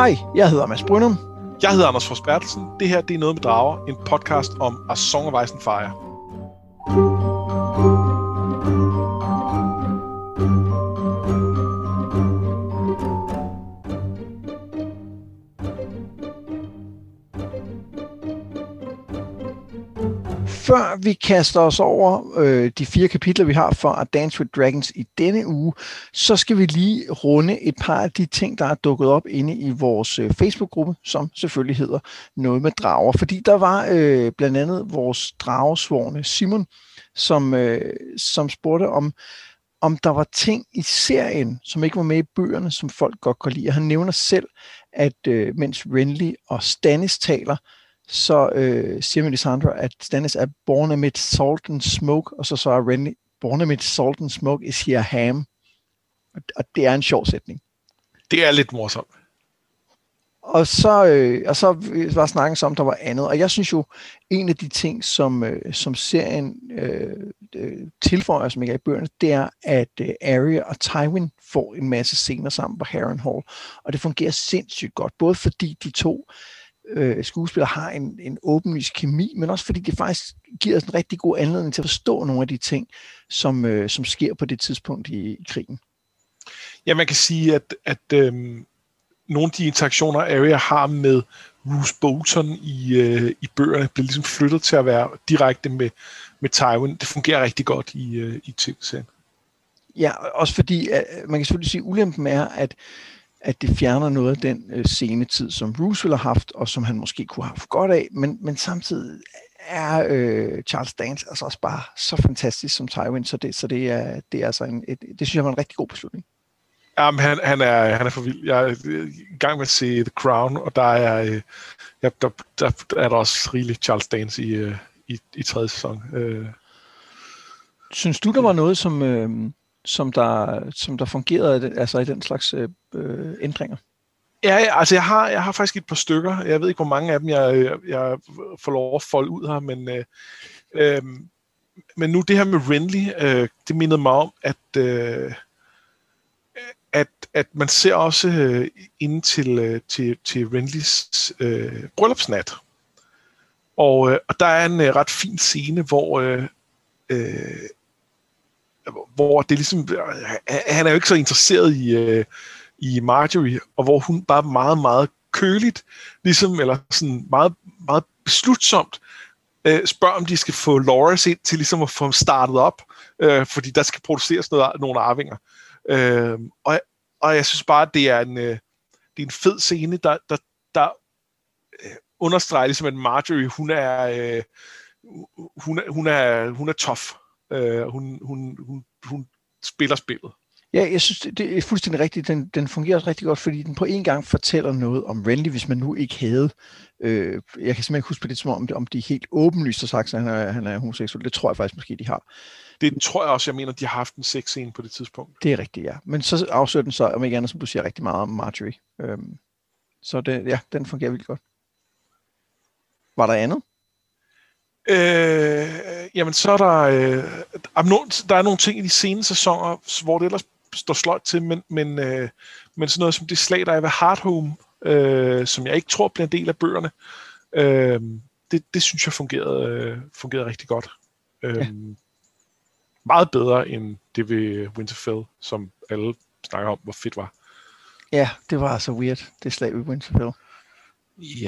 Hej, jeg hedder Mads Brynum. Jeg hedder Anders Fors Bertelsen. Det her, det er Noget med Drager, en podcast om A Song of Ice and Fire. Før vi kaster os over de 4 kapitler, vi har for A Dance with Dragons i denne uge, så skal vi lige runde et par af de ting, der er dukket op inde i vores Facebook-gruppe, som selvfølgelig hedder Noget med Drager. Fordi der var blandt andet vores dragesvorne Simon, som spurgte om der var ting i serien, som ikke var med i bøgerne, som folk godt kan lide. Han nævner selv, at mens Renly og Stannis taler, så siger Melisandre, at Stannis er born amid salt and smoke, og så er Renly, born amid salt and smoke is here ham. Og det er en sjov sætning. Det er lidt morsomt. Og så var snakken så om, der var andet. Og jeg synes jo, en af de ting, som serien tilføjer, som ikke er i bøgerne, det er, at Arya og Tywin får en masse scener sammen på Harrenhal. Og det fungerer sindssygt godt, både fordi de to skuespillere har en åbenlys kemi, men også fordi det faktisk giver os en rigtig god anledning til at forstå nogle af de ting, som sker på det tidspunkt i krigen. Ja, man kan sige, at nogle af de interaktioner, Arya har med Roose Bolton i bøgerne, bliver ligesom flyttet til at være direkte med Tywin. Det fungerer rigtig godt i tv-serien. Ja, også fordi, man kan selvfølgelig sige, at ulempen er, at det fjerner noget af den scenetid, som Roose ville have haft, og som han måske kunne have haft godt af, men samtidig er Charles Dance altså også bare så fantastisk som Tywin, så det er altså det synes jeg var en rigtig god beslutning. Jamen, han er for vild. Jeg er i gang med at se The Crown, og der er der også rigeligt Charles Dance i 3. sæson. Synes du, der var noget, som der fungerede altså i den slags ændringer? Ja, altså jeg har faktisk et par stykker. Jeg ved ikke, hvor mange af dem jeg får lov at folde ud her, men nu det her med Renly, det mindede mig om, at man ser også inde til Renlys bryllupsnat. Og der er en ret fin scene, hvor det ligesom, han er jo ikke så interesseret i Marjorie, og hvor hun bare meget, meget køligt, ligesom, eller sådan meget, meget beslutsomt, spørger, om de skal få Loras ind til ligesom at få ham startet op, fordi der skal produceres nogle arvinger. Og jeg synes bare, at det er en fed scene, der understreger ligesom, at Marjorie, hun er tough. Hun spiller spillet. Ja, jeg synes, det er fuldstændig rigtigt. Den fungerer også rigtig godt, fordi den på en gang fortæller noget om Renly, hvis man nu ikke havde. Jeg kan simpelthen ikke huske på det, som om de helt åbenlyst har sagt, at han er homoseksuel. Det tror jeg faktisk måske, de har. Det tror jeg også, jeg mener, de har haft en sexscene på det tidspunkt. Det er rigtigt, ja. Men så afsøger den så, om ikke andet, som du siger, rigtig meget om Marjorie. Så den fungerer virkelig godt. Var der andet? Jamen så er der er nogle ting i de seneste sæsoner, hvor det ellers står sløjt til, men sådan noget som det slag, der er ved Hardhome, som jeg ikke tror bliver en del af bøgerne, det synes jeg fungerede rigtig godt. Meget bedre end det ved Winterfell, som alle snakker om, hvor fedt var. Ja, det var så weird, det slag ved Winterfell. Ja.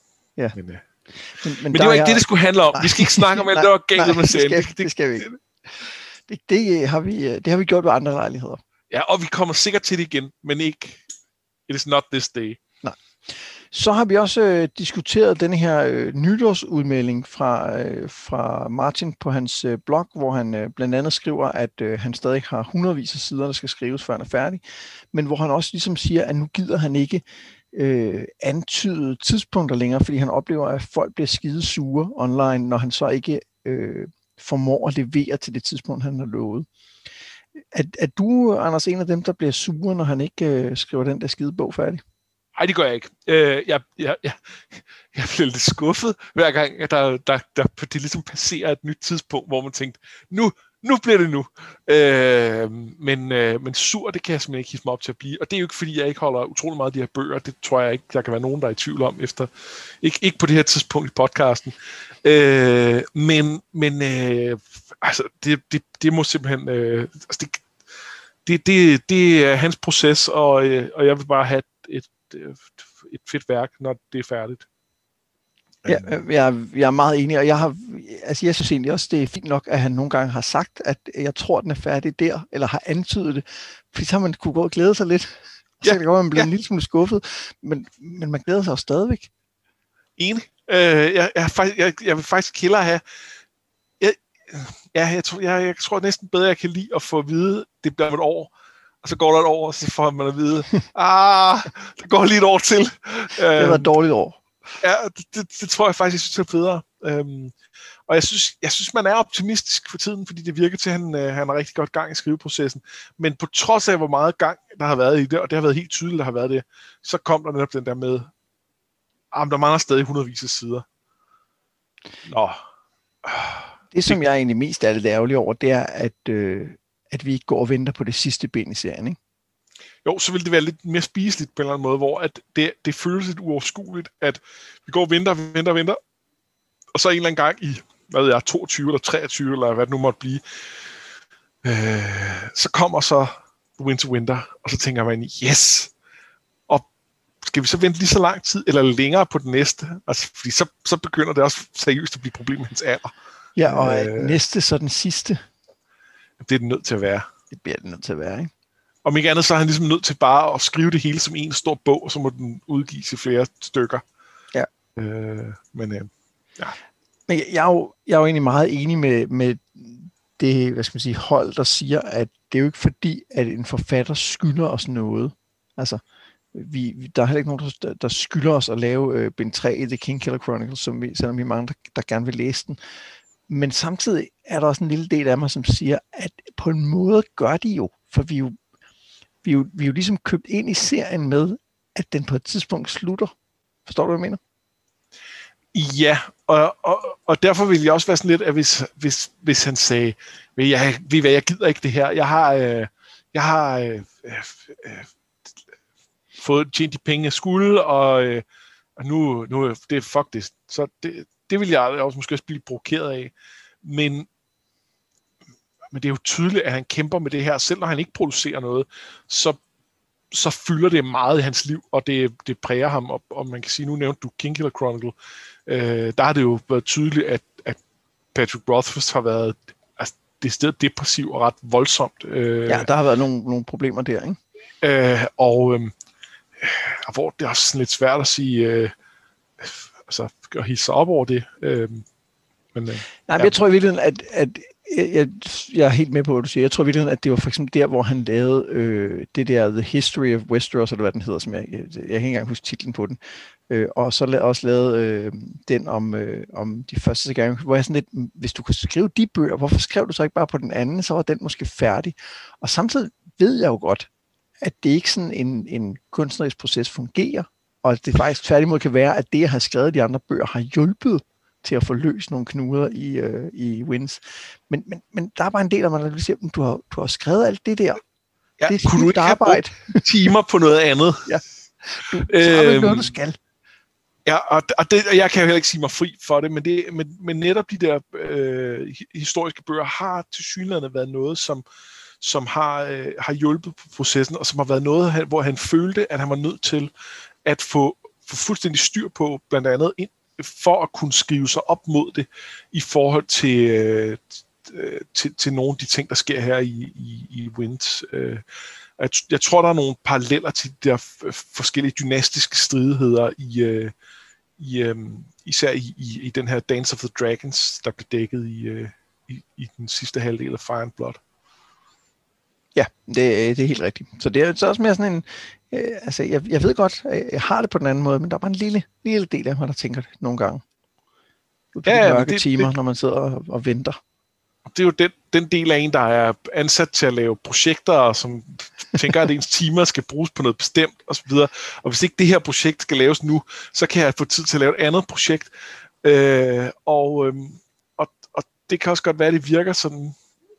Men det var ikke det skulle handle om. Vi skal ikke snakke om alt, der var galt med serien. Det skal vi ikke. Det har vi gjort ved andre lejligheder. Ja, og vi kommer sikkert til det igen, men ikke. It is not this day. Nej. Så har vi også diskuteret den her nytårsudmelding fra Martin på hans blog, hvor han blandt andet skriver, at han stadig har hundredvis af sider, der skal skrives, før han er færdig, men hvor han også ligesom siger, at nu gider han ikke antyde tidspunkter længere, fordi han oplever, at folk bliver skide sure online, når han så ikke formår at levere til det tidspunkt, han har lovet. Er du, Anders, en af dem, der bliver sure, når han ikke skriver den der skide bog færdig? Nej, det gør jeg ikke. Jeg bliver lidt skuffet, hver gang, der det ligesom passerer et nyt tidspunkt, hvor man tænkte, nu nu bliver det nu. Men sur, det kan jeg simpelthen ikke hisse mig op til at blive. Og det er jo ikke, fordi jeg ikke holder utrolig meget af de her bøger. Det tror jeg ikke, der kan være nogen, der er i tvivl om, efter ikke på det her tidspunkt i podcasten. Altså, det må simpelthen... Altså det er hans proces, og jeg vil bare have et fedt værk, når det er færdigt. Ja, jeg er meget enig, og jeg synes egentlig også, det er fint nok, at han nogle gange har sagt, at jeg tror, den er færdig der, eller har antydet det, fordi så har man kunne gå og glæde sig lidt, og så kan det godt være, man bliver en lille smule skuffet, men man glæder sig jo stadigvæk. Enig. Jeg vil faktisk hellere have... Jeg tror næsten bedre, jeg kan lide at få at vide, det bliver om et år, og så går der et år, og så får man at vide, der går lige et år til. Det har været et dårligt år. Ja, det tror jeg faktisk, jeg synes er bedre. Og jeg synes, man er optimistisk for tiden, fordi det virker til, at han har rigtig godt gang i skriveprocessen. Men på trods af, hvor meget gang der har været i det, og det har været helt tydeligt, der har været det, så kom der netop den der med, der mangler stadig hundredvis af sider. Nå. Det, som jeg er egentlig mest er lidt ærgerlig over, det er, at vi ikke går og venter på det sidste ben i serien, ikke? Jo, så vil det være lidt mere spiseligt på en eller anden måde, hvor at det føles lidt uoverskueligt, at vi går og venter, og så en eller anden gang i, 22 eller 23, eller hvad det nu måtte blive, så kommer så Winter, og så tænker man, yes! Og skal vi så vente lige så lang tid, eller længere på den næste? Altså, fordi så begynder det også seriøst at blive et problem med hans alder. Ja, og næste, så den sidste. Det er det nødt til at være. Det bliver det nødt til at være, ikke? Om ikke andet, så er han ligesom nødt til bare at skrive det hele som en stor bog, og så må den udgives i flere stykker. Ja. Men jeg er jo egentlig meget enig med det, hvad skal man sige, hold, der siger, at det er jo ikke fordi, at en forfatter skylder os noget. Altså, der er heller ikke nogen, der skylder os at lave bind 3 i The Kingkiller Chronicles, selvom vi er mange, der gerne vil læse den. Men samtidig er der også en lille del af mig, som siger, at på en måde gør de jo, for vi er jo ligesom købt ind i serien med, at den på et tidspunkt slutter. Forstår du, hvad jeg mener? Ja, og derfor vil jeg også være sådan lidt, at hvis han sagde, jeg gider ikke det her, jeg har fået tjent de penge, jeg skulle, og nu det er fuck det. Så det vil jeg også måske også blive provokeret af. Men det er jo tydeligt, at han kæmper med det her. Selv når han ikke producerer noget, så fylder det meget i hans liv, og det præger ham. Og man kan sige, nu nævnte du Kingkiller Chronicle, der har det jo været tydeligt, at Patrick Rothfuss har været decideret depressiv og ret voldsomt. Ja, der har været nogle problemer der, ikke? Og hvor det er også sådan lidt svært at sige, at hisse sig op over det. Men jeg tror i virkeligheden, at jeg er helt med på, hvad du siger. Jeg tror i virkeligheden, at det var for eksempel der, hvor han lavede det der The History of Westeros, eller hvad den hedder, som jeg kan ikke engang huske titlen på den. Og så også lavet den om de første gange, hvor jeg sådan lidt, hvis du kan skrive de bøger, hvorfor skrev du så ikke bare på den anden, så var den måske færdig. Og samtidig ved jeg jo godt, at det ikke sådan en kunstnerisk proces fungerer, og at det faktisk tværtimod kan være, at det, jeg har skrevet de andre bøger, har hjulpet til at få løst nogle knuder i Winds. Men der er bare en del af mig, der siger, at du har skrevet alt det der. Ja, det er kunne du ikke arbejde. have timer på noget andet? Ja. Du har noget, du skal. Ja, og jeg kan jo heller ikke sige mig fri for det, men netop de der historiske bøger har tilsyneladende været noget, som har hjulpet på processen, og som har været noget, hvor han følte, at han var nødt til at få fuldstændig styr på, blandt andet for at kunne skrive sig op mod det i forhold til nogle af de ting, der sker her i Winds. Jeg tror, der er nogle paralleller til de der forskellige dynastiske stridigheder især i den her Dance of the Dragons, der blev dækket i den sidste halvdel af Fire and Blood. Ja, det er helt rigtigt. Så det er så også mere sådan en... jeg ved godt, jeg har det på den anden måde, men der er bare en lille del af mig, der tænker det nogle gange. Ud på de mørke timer, når man sidder og venter. Det er jo den del af en, der er ansat til at lave projekter, og som tænker, at ens timer skal bruges på noget bestemt, osv. Og hvis ikke det her projekt skal laves nu, så kan jeg få tid til at lave et andet projekt. Og det kan også godt være, at det virker sådan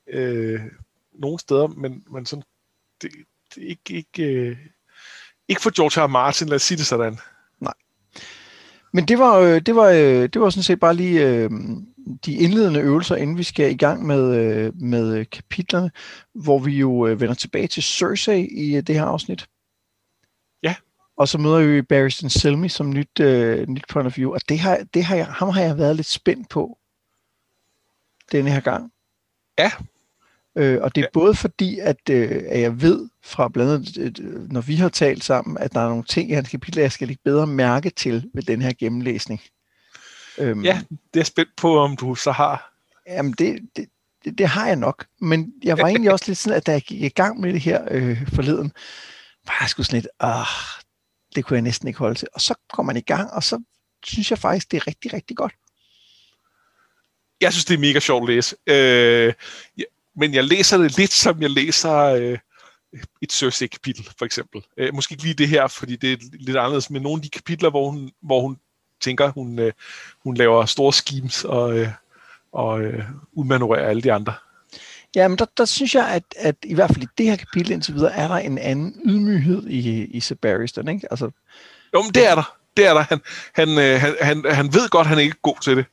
nogle steder, men sådan, det er ikke for George R. Martin, lad os sige det sådan. Nej. Men det var sådan set bare lige de indledende øvelser, inden vi skal i gang med kapitlerne, hvor vi jo vender tilbage til Cersei i det her afsnit. Ja. Og så møder vi Barristan Selmy som nyt point of view, og ham har jeg været lidt spændt på denne her gang. Ja. Og det er både fordi, at jeg ved fra blandt andet, når vi har talt sammen, at der er nogle ting i hans kapitel, jeg skal lægge bedre mærke til ved den her gennemlæsning. Ja, det er spændt på, om du så har. Jamen, det har jeg nok. Men jeg var egentlig også lidt sådan, at da jeg gik i gang med det her forleden, var jeg sgu sådan lidt, det kunne jeg næsten ikke holde til. Og så kommer man i gang, og så synes jeg faktisk, det er rigtig, rigtig godt. Jeg synes, det er mega sjovt at læse. Men jeg læser det lidt, som jeg læser et Cersei-kapitel, for eksempel. Måske ikke lige det her, fordi det er lidt anderledes, men nogle af de kapitler, hvor hun tænker, hun laver store schemes og udmanøvrerer alle de andre. Ja, men der synes jeg, at i hvert fald i det her kapitel indtil videre, er der en anden ydmyghed i Sir Barristan, ikke? Altså, jo, men det er der. Det er der. Han ved godt, han er ikke god til det.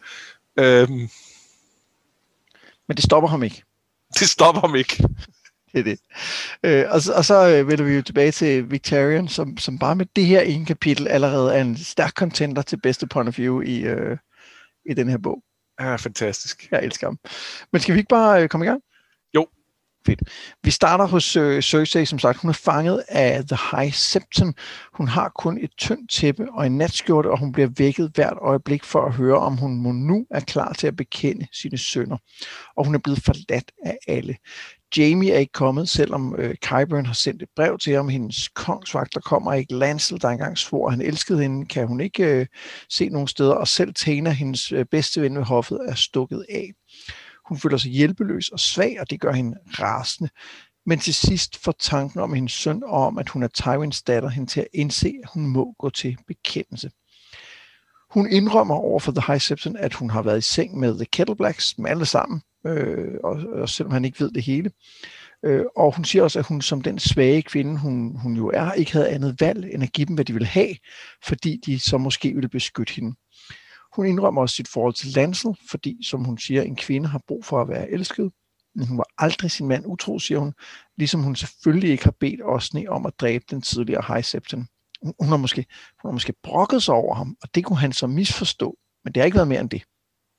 Men det stopper ham ikke. Det stopper ham ikke. Det er det. Og så vender vi jo tilbage til Victarion, som bare med det her ene kapitel allerede er en stærk contender til bedste point of view i den her bog. Ja, fantastisk. Jeg elsker ham. Men skal vi ikke bare komme i gang? Jo. Fedt. Vi starter hos Cersei, som sagt. Hun er fanget af The High Septon. Hun har kun et tyndt tæppe og en natskjorte, og hun bliver vækket hvert øjeblik for at høre, om hun nu er klar til at bekende sine synder. Og hun er blevet forladt af alle. Jaime er ikke kommet, selvom Qyburn har sendt et brev til ham. Hendes kongsvagter kommer ikke. Lancel, der engang svor, at han elskede hende, kan hun ikke se nogen steder. Og selv Taena, hendes bedste ven ved hoffet, er stukket af. Hun føler sig hjælpeløs og svag, og det gør hende rasende. Men til sidst får tanken om hendes søn og om, at hun er Tywins datter, hende til at indse, at hun må gå til bekendelse. Hun indrømmer over for The High Septon, at hun har været i seng med The Kettleblacks, med alle sammen, og selvom han ikke ved det hele. Og hun siger også, at hun som den svage kvinde, hun jo er, ikke havde andet valg end at give dem, hvad de ville have, fordi de så måske ville beskytte hende. Hun indrømmer også sit forhold til Lancel, fordi, som hun siger, en kvinde har brug for at være elsket. Men hun var aldrig sin mand utro, siger hun, ligesom hun selvfølgelig ikke har bedt Osney om at dræbe den tidligere High Septon. Hun har måske brokket sig over ham, og det kunne han så misforstå, men det har ikke været mere end det.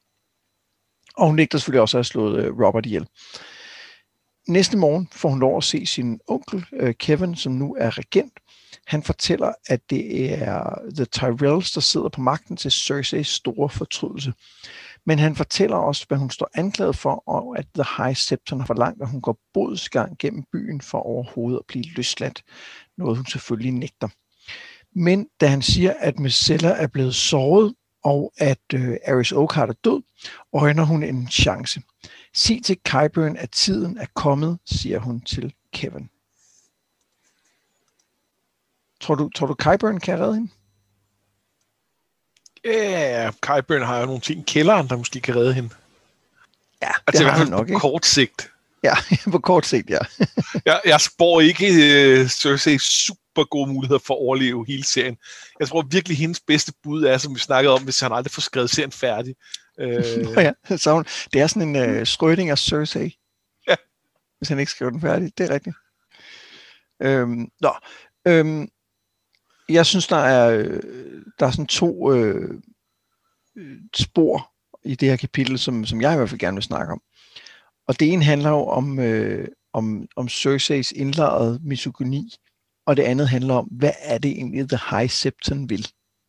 Og hun nægter selvfølgelig også at have slået Robert ihjel. Næste morgen får hun lov at se sin onkel, Kevin, som nu er regent. Han fortæller, at det er The Tyrells, der sidder på magten til Cerseis store fortrydelse. Men han fortæller også, hvad hun står anklaget for, og at The High Septon har forlangt, at hun går bodsgang gennem byen for overhovedet at blive løsladt. Noget hun selvfølgelig nægter. Men da han siger, at Myrcella er blevet såret, og at Aerys Oakheart er død, øjner hun en chance. Sig til Qyburn, at tiden er kommet, siger hun til Kevin. Tror du Qyburn kan redde hende? Ja, Qyburn har jo nogle ting i kælderen, der måske kan redde hende. Ja, altså i hvert fald nok, på kort sigt. Ja, på kort sigt, ja. jeg spår ikke Cersei super gode muligheder for at overleve hele serien. Jeg tror virkelig, hendes bedste bud er, som vi snakkede om, hvis han aldrig får skrevet serien færdig. Ja, så det er sådan en Schrödinger Cersei. Ja. Hvis han ikke skriver den færdig, det er rigtigt. Jeg synes, der er sådan to spor i det her kapitel, som jeg i hvert fald gerne vil snakke om. Og det ene handler jo om Cerseis indlejrede misogyni, og det andet handler om, hvad er det egentlig, The High Septon vil?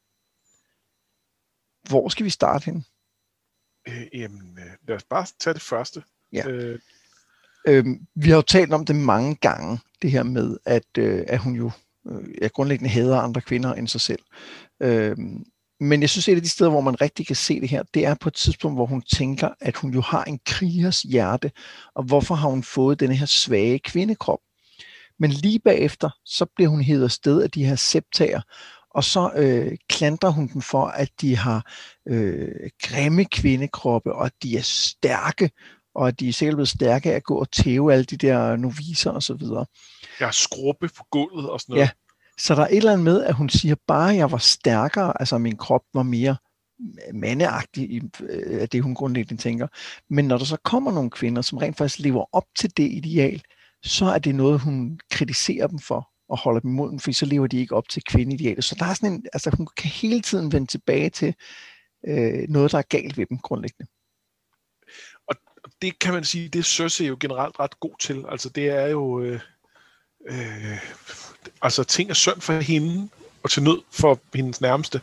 Hvor skal vi starte henne? Lad os bare tage det første. Ja. Vi har jo talt om det mange gange, det her med, at hun jo grundlæggende hader andre kvinder end sig selv. Men jeg synes, et af de steder, hvor man rigtig kan se det her, det er på et tidspunkt, hvor hun tænker, at hun jo har en krigers hjerte, og hvorfor har hun fået denne her svage kvindekrop? Men lige bagefter, så bliver hun hevet afsted af de her septager, og så klandrer hun dem for, at de har grimme kvindekroppe, og at de er stærke, og at de er sikkert blevet stærke af at gå og tæve alle de der noviser og så videre. Ja, skrubbe på gulvet og sådan noget. Ja, så der er et eller andet med, at hun siger, bare jeg var stærkere, altså min krop var mere mandeagtig, af det hun grundlæggende tænker. Men når der så kommer nogle kvinder, som rent faktisk lever op til det ideal, så er det noget, hun kritiserer dem for og holder dem imod dem, fordi så lever de ikke op til kvindeidealet. Så der er sådan en, altså hun kan hele tiden vende tilbage til noget, der er galt ved dem grundlæggende. Og det kan man sige, det er Cersei jo generelt ret god til. Altså det er jo altså ting er synd for hende og til nød for hendes nærmeste.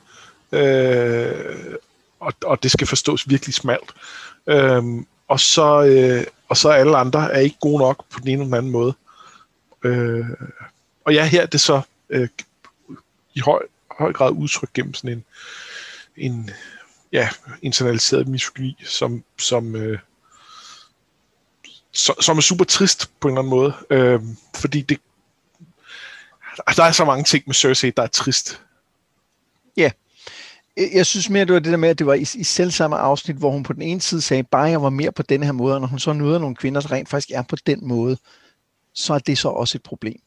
Og det skal forstås virkelig smalt. Og så alle andre er ikke gode nok på den ene eller den anden måde. Og ja, her er det så i høj grad udtrykt gennem sådan en internaliseret misogyni, som er super trist på en eller anden måde. Fordi der er så mange ting med Cersei, der er trist. Ja. Jeg synes mere, det var det der med, at det var i selv samme afsnit, hvor hun på den ene side sagde, bare jeg var mere på denne her måde, og når hun så møder nogle kvinder, der rent faktisk er på den måde, så er det så også et problem.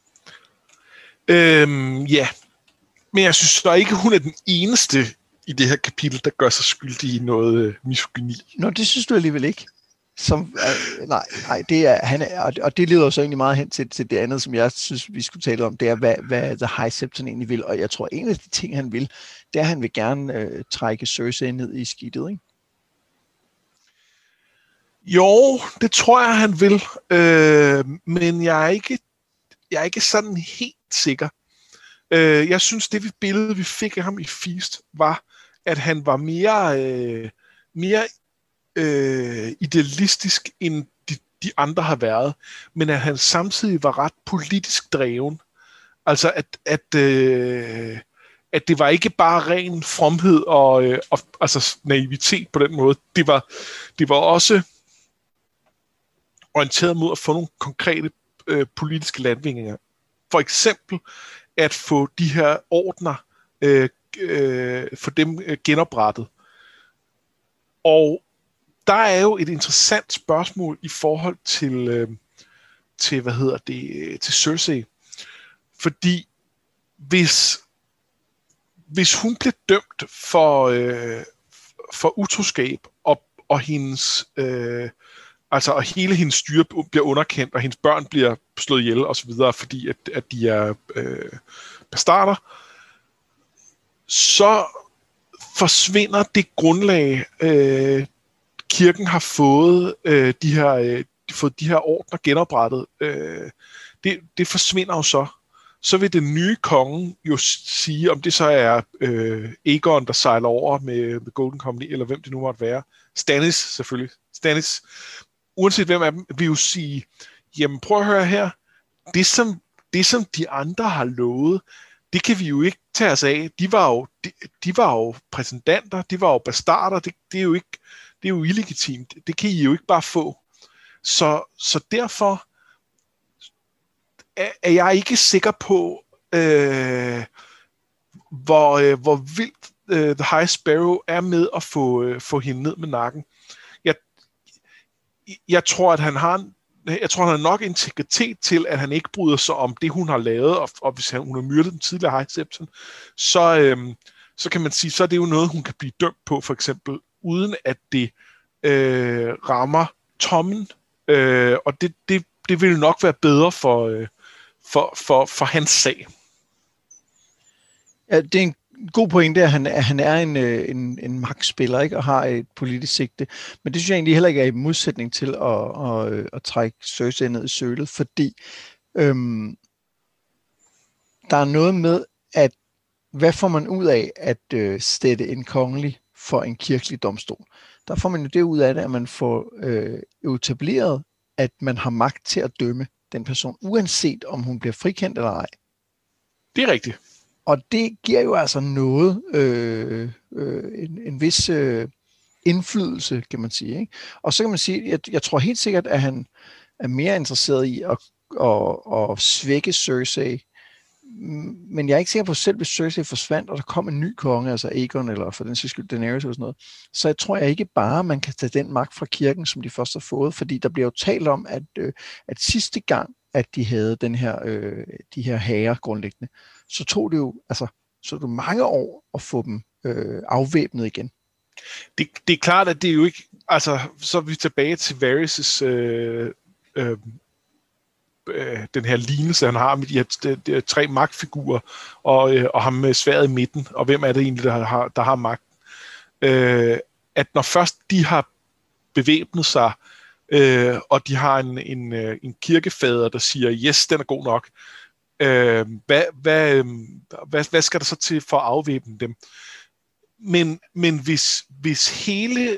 Ja. Men jeg synes så ikke, hun er den eneste i det her kapitel, der gør sig skyldig i noget misogyni. Nå, det synes du alligevel ikke. Nej, det er, han er, og det leder så egentlig meget hen til det andet, som jeg synes, vi skulle tale om, det er, hvad The High Septon egentlig vil, og jeg tror, en af de ting, han vil, det er, at han vil gerne trække Cersei ned i skidtet, ikke? Jo, det tror jeg, han vil, men jeg er ikke sådan helt sikker. Jeg synes, det billede, vi fik af ham i Feast, var, at han var mere idealistisk, end de andre har været, men at han samtidig var ret politisk dreven. Altså, at det var ikke bare ren fromhed og altså naivitet på den måde. Det var også orienteret mod at få nogle konkrete politiske landvindinger. For eksempel at få de her ordner, få dem genoprettet. Og der er jo et interessant spørgsmål i forhold til til Cersei. Fordi hvis hun blev dømt for utroskab og hendes og hele hendes styre bliver underkendt og hendes børn bliver slået ihjel og så videre, fordi at de er bastarder, så forsvinder det grundlag kirken har fået de her ordner genoprettet. Det forsvinder jo så. Så vil den nye konge jo sige, om det så er Aegon, der sejler over med Golden Company, eller hvem det nu måtte være. Stannis selvfølgelig. Stannis, uanset hvem af dem, vil jo sige, jamen prøv at høre her, det som de andre har lovet, det kan vi jo ikke tage os af. De var jo prætendanter, de var jo bastarder, det er jo illegitimt. Det kan I jo ikke bare få. Så derfor er jeg ikke sikker på, hvor vildt The High Sparrow er med at få hende ned med nakken. Jeg tror, at han har nok integritet til, at han ikke bryder sig om det, hun har lavet, og hvis hun har myrdet den tidligere High Septon, så kan man sige, så er det jo noget, hun kan blive dømt på, for eksempel, uden at det rammer Tommen, og det vil nok være bedre for hans sag. Ja, det er en god pointe, at han er en magtspiller, ikke, og har et politisk sigte. Men det synes jeg egentlig heller ikke er i modsætning til at trække Cersei ned i sølet, fordi der er noget med, at hvad får man ud af at stætte en kongelig for en kirkelig domstol? Der får man jo det ud af det, at man får etableret, at man har magt til at dømme den person, uanset om hun bliver frikendt eller ej. Det er rigtigt. Og det giver jo altså noget, en vis indflydelse, kan man sige, ikke? Og så kan man sige, jeg tror helt sikkert, at han er mere interesseret i at svække Cersei Men jeg er ikke sikker på, at selv hvis Cersei forsvandt, og der kom en ny konge, altså Aegon, eller for den sags skyld Daenerys eller sådan noget, så jeg tror jeg ikke bare, man kan tage den magt fra kirken, som de først har fået, fordi der bliver jo talt om, at sidste gang, at de havde de her hære grundlæggende, så tog det jo, mange år at få dem afvæbnet igen. Det er klart, at det er jo ikke, altså, så er vi tilbage til Varys' den her lignelse, han har med de her 3 magtfigurer, og ham med sværdet i midten, og hvem er det egentlig, der har magten. At når først de har bevæbnet sig, og de har en kirkefader, der siger, yes, den er god nok, hvad skal der så til for at afvæbne dem? Men hvis hele...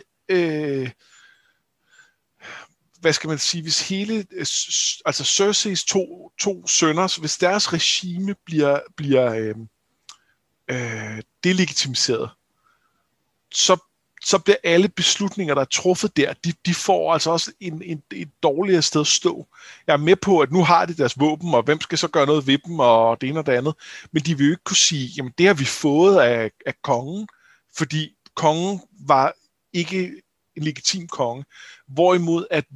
hvad skal man sige, hvis hele, altså Cerseis to sønner, hvis deres regime bliver delegitimiseret, så bliver alle beslutninger, der er truffet der, de får altså også et dårligere sted at stå. Jeg er med på, at nu har de deres våben, og hvem skal så gøre noget ved dem, og det ene og det andet, men de vil jo ikke kunne sige, jamen det har vi fået af kongen, fordi kongen var ikke en legitim konge. Hvorimod, at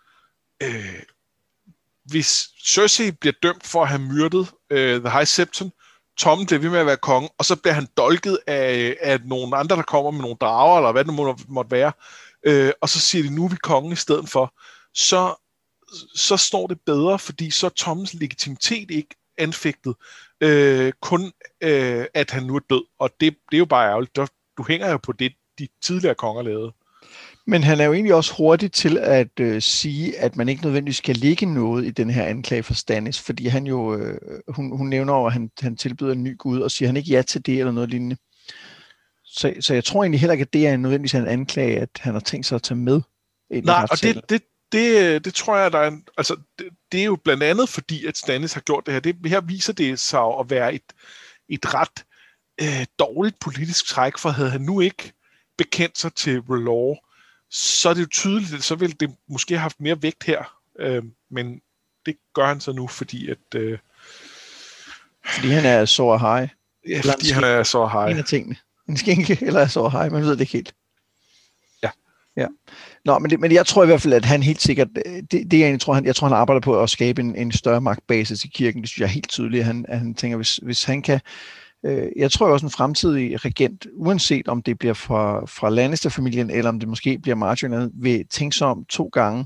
hvis Cersei bliver dømt for at have myrdet The High Septon, Tom bliver ved med at være konge, og så bliver han dolket af nogle andre, der kommer med nogle drager, eller hvad det måtte være, og så siger de, nu er vi kongen i stedet for, så står det bedre, fordi så er Toms legitimitet ikke anfægtet, kun at han nu er død, og det er jo bare ærgerligt. Du hænger jo på det, de tidligere konger lavede. Men han er jo egentlig også hurtig til at sige, at man ikke nødvendigvis skal lægge noget i den her anklage for Stannis, fordi han jo, hun nævner over, at han tilbyder en ny gud, og siger han ikke ja til det eller noget lignende. Så jeg tror egentlig heller ikke, at det er nødvendigvis en anklage, at han har tænkt sig at tage med. Nej, og det tror jeg, der er det er jo blandt andet fordi, at Stannis har gjort det her. Her viser det sig at være et ret dårligt politisk træk, for havde han nu ikke bekendt sig til R'hllor, så er det jo tydeligt, at så ville det måske have haft mere vægt her. Men det gør han så nu, fordi at... fordi han er så high. Ja, fordi han er så high. En af tingene. En skænke eller er så high, man ved det ikke helt. Ja. Nå, men jeg tror i hvert fald, at han helt sikkert... Det jeg egentlig tror, jeg tror, han arbejder på at skabe en større magtbasis i kirken. Det synes jeg er helt tydeligt. Han tænker, hvis han kan... Jeg tror også en fremtidig regent, uanset om det bliver fra Lannister-familien, eller om det måske bliver Marjorie, vil tænke sig om 2 gange,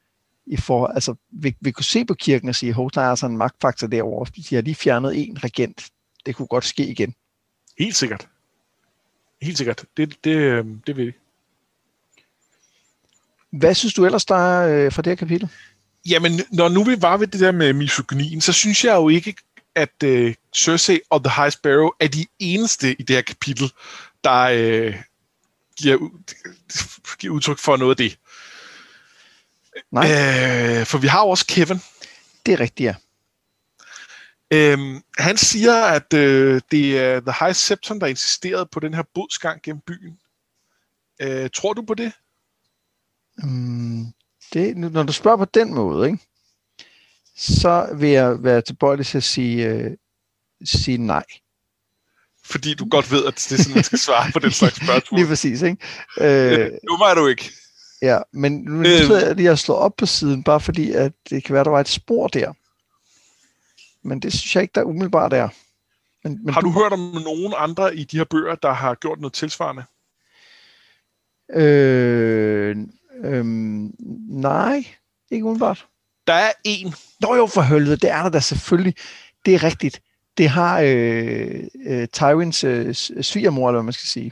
vi kunne se på kirken og sige, der er altså en magtfaktor derovre. De har lige fjernet en regent. Det kunne godt ske igen. Helt sikkert. Helt sikkert. Det vil vi. Hvad synes du ellers, der er fra det her kapitel? Jamen, når nu vi var ved det der med misogynien, så synes jeg jo ikke, at Cersei og The High Sparrow er de eneste i det her kapitel, der giver udtryk for noget af det. Nej. For vi har jo også Kevin. Det er rigtigt, ja. Han siger, at det er The High Septon, der insisterede på den her bodsgang gennem byen. Tror du på det? Når du spørger på den måde, ikke? Så vil jeg være tilbøjelig til at sige nej. Fordi du godt ved, at det er sådan, man skal svare på den slags spørgsmål. Lige præcis, ikke? Nu var du ikke. Ja, men nu sidder jeg lige at slå op på siden, bare fordi, at det kan være, der var et spor der. Men det synes jeg ikke, der umiddelbart er. Men har du hørt om nogen andre i de her bøger, der har gjort noget tilsvarende? Nej, ikke umiddelbart. Der er en. Nå jo, for helvede, det er der da selvfølgelig. Det er rigtigt. Det har Tywins svigermor, eller hvad man skal sige.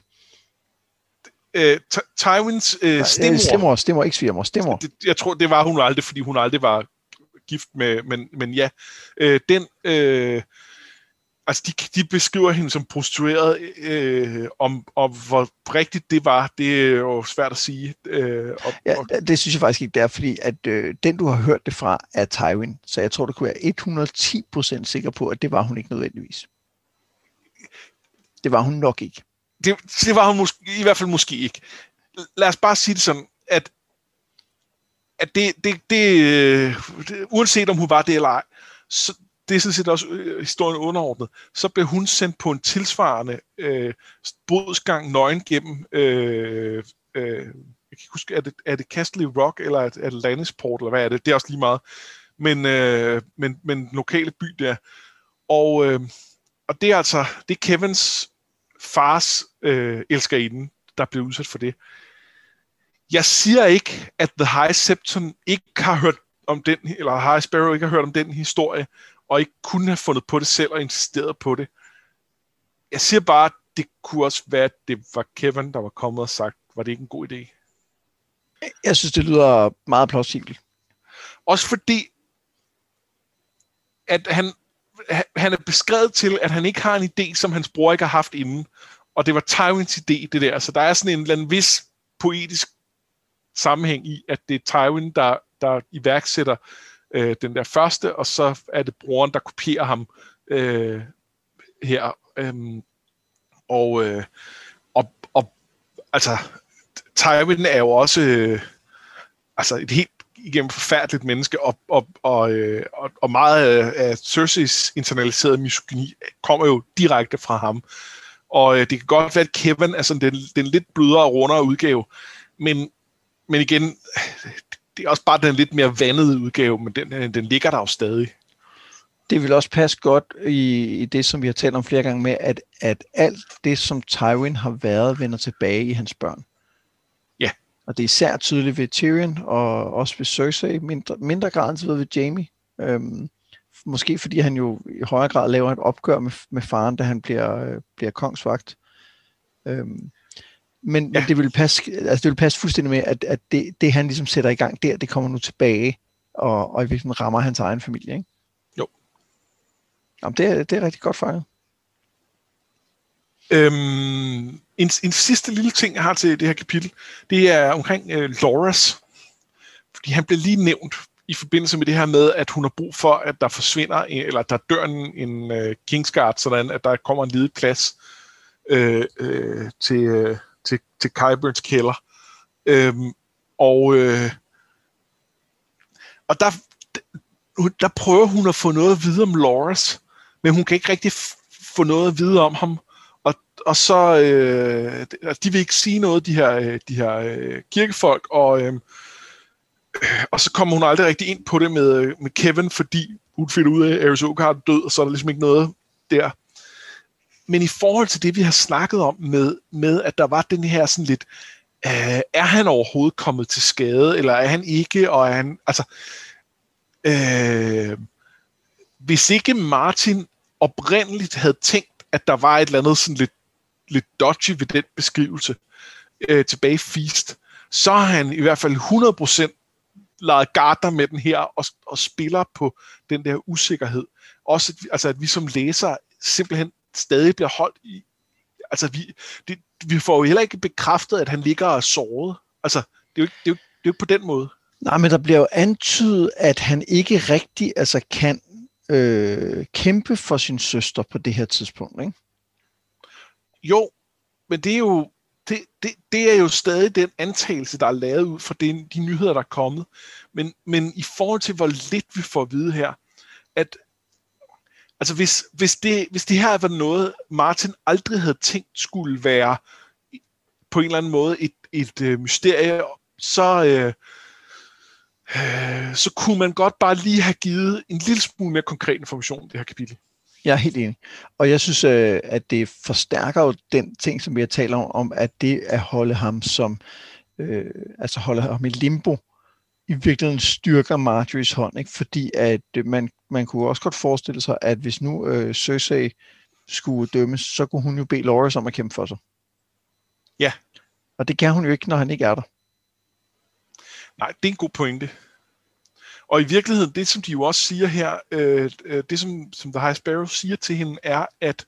Tywins stemor. Stemor, ikke svigermor. Stemor. Jeg tror, det var hun aldrig, fordi hun aldrig var gift med, men ja. Altså, de beskriver hende som prostitueret, om hvor rigtigt det var, det er jo svært at sige. Det synes jeg faktisk ikke, det er, fordi at den, du har hørt det fra, er Tywin. Så jeg tror, du kunne være 110% sikker på, at det var hun ikke nødvendigvis. Det var hun nok ikke. Det var hun i hvert fald måske ikke. Lad os bare sige det sådan, at det uanset om hun var det eller ej, det er sådan set også historien underordnet, så blev hun sendt på en tilsvarende bodsgang nøgen gennem, jeg kan ikke huske, er det Castle Rock, eller er det Lannisport, eller hvad er det? Det er også lige meget. Men lokale by der. Og det er altså, det er Kevins fars elskerinde, der blev udsat for det. Jeg siger ikke, at The High Septon ikke har hørt om den, eller High Sparrow ikke har hørt om den historie, og ikke kunne have fundet på det selv og insisteret på det. Jeg siger bare, at det kunne også være, at det var Kevin, der var kommet og sagt, var det ikke en god idé? Jeg synes, det lyder meget plausibelt. Også fordi, at han er beskrevet til, at han ikke har en idé, som hans bror ikke har haft inden. Og det var Tywins idé, det der. Så der er sådan en eller anden vis poetisk sammenhæng i, at det er Tywin, der iværksætter den der første, og så er det broren, der kopierer ham her. Og altså, Tywin er jo også altså et helt igennem forfærdeligt menneske, og meget af Cerseis internaliserede misogyni kommer jo direkte fra ham. Og det kan godt være, at Kevin er sådan den lidt blødere og rundere udgave, men igen, det er også bare den lidt mere vandede udgave, men den ligger der jo stadig. Det vil også passe godt i det, som vi har talt om flere gange med, at alt det, som Tywin har været, vender tilbage i hans børn. Ja. Og det er især tydeligt ved Tyrion, og også ved Cersei, mindre grad end ved Jaime. Måske fordi han jo i højere grad laver et opgør med faren, da han bliver kongsvagt. Men det vil passe fuldstændig med, at det han ligesom sætter i gang der, det kommer nu tilbage, og i virkeligheden rammer hans egen familie, ikke? Jo. Jamen, det er rigtig godt fanget. En sidste lille ting, jeg har til det her kapitel, det er omkring Loras. Fordi han bliver lige nævnt i forbindelse med det her med, at hun har brug for, at der forsvinder, eller der dør en Kingsguard, sådan at der kommer en ledig plads til Qyburns kælder. Og der prøver hun at få noget at vide om Loras, men hun kan ikke rigtig få noget at vide om ham. Og så de vil ikke sige noget, de her kirkefolk, og så kommer hun aldrig rigtig ind på det med Kevin, fordi hun finder ud af, at Aerys Oakheart er død, og så er der ligesom ikke noget der. Men i forhold til det, vi har snakket om med at der var den her sådan lidt, er han overhovedet kommet til skade, eller er han ikke, og er han, altså, hvis ikke Martin oprindeligt havde tænkt, at der var et eller andet sådan lidt dodgy ved den beskrivelse tilbage i Feast, så har han i hvert fald 100% ladet garder med den her, og spiller på den der usikkerhed. Også at vi som læsere simpelthen stadig bliver holdt i, altså vi får jo heller ikke bekræftet, at han ligger og er såret. Altså, det er jo ikke på den måde. Nej, men der bliver jo antydet, at han ikke rigtig kan kæmpe for sin søster på det her tidspunkt, ikke? Jo, men det er jo det er jo stadig den antagelse, der er lavet ud fra de nyheder, der er kommet. Men i forhold til, hvor lidt vi får at vide her, at altså hvis det her var noget, Martin aldrig havde tænkt skulle være på en eller anden måde et mysterie, så kunne man godt bare lige have givet en lille smule mere konkret information i det her kapitel. Jeg er helt enig. Og jeg synes, at det forstærker jo den ting, som vi har talt om, at det at holde ham holde ham i limbo, i virkeligheden styrker Marjorys hånd, ikke? Fordi at man kunne også godt forestille sig, at hvis nu Cersei skulle dømmes, så kunne hun jo bede Loras om at kæmpe for sig. Ja. Og det kan hun jo ikke, når han ikke er der. Nej, det er en god pointe. Og i virkeligheden, det som de jo også siger her, det som The High Sparrow siger til hende, er,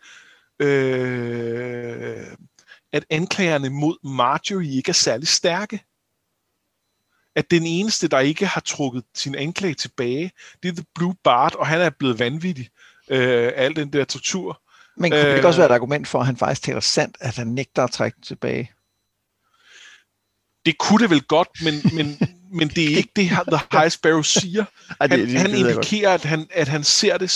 at anklagerne mod Marjorie ikke er særlig stærke. At den eneste, der ikke har trukket sin anklage tilbage, det er The Blue Bard, og han er blevet vanvittig af al den der tortur. Men kunne det ikke også være et argument for, at han faktisk taler sandt, at han nægter at trække den tilbage? Det kunne det vel godt, men det er ikke det, The High Sparrow siger. Han indikerer, at han ser det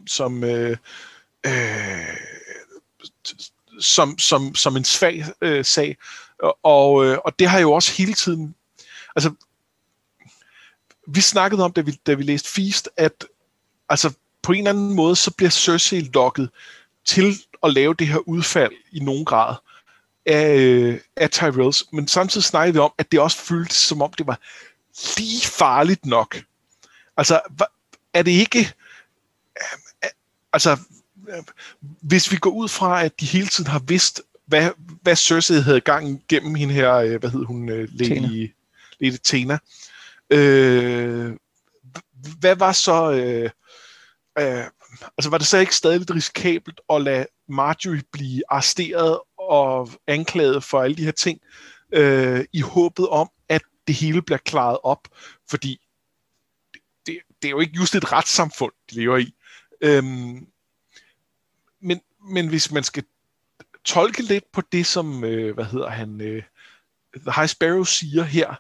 som en svag sag. Og det har jo også hele tiden... Altså, vi snakkede om, da vi læste Feast, at altså, på en eller anden måde, så bliver Cersei lokket til at lave det her udfald i nogen grad af Tyrells. Men samtidig snakkede vi om, at det også føltes, som om det var lige farligt nok. Altså, er det ikke... Altså, hvis vi går ud fra, at de hele tiden har vidst, hvad Cersei havde gang gennem hende her, hvad hed hun, Lady Tena. Hvad var så... altså, var det så ikke stadig lidt risikabelt at lade Marjorie blive arresteret og anklaget for alle de her ting, i håbet om, at det hele bliver klaret op? Fordi det er jo ikke just et retssamfund, de lever i. Men hvis man skal tolke lidt på det, som, The High Sparrow siger her,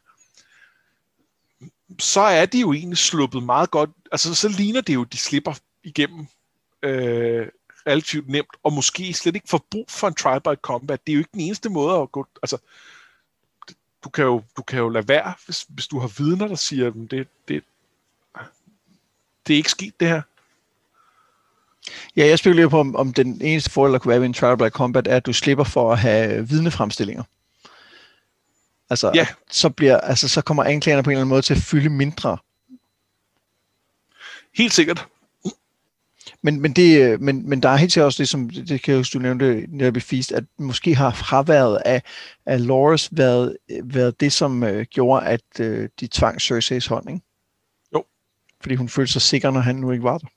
så er de jo egentlig sluppet meget godt. Altså, så ligner det jo, de slipper igennem relativt nemt, og måske slet ikke får brug for en trial by combat. Det er jo ikke den eneste måde at gå... Altså, du kan jo lade være, hvis du har vidner, der siger, at det er ikke sket, det her. Ja, jeg spekulerer på, om den eneste fordel, der kunne være ved en trial by combat, er, at du slipper for at have vidnefremstillinger. Altså, ja. Så kommer anklagerne på en eller anden måde til at fylde mindre. Helt sikkert. Men der er helt sikkert også det, som det kan du nævne netop i Feast, at måske har fraværet af Loras været det, som gjorde, at de tvang Cerseis hånd, ikke? Jo. Fordi hun følte sig sikker, når han nu ikke var der.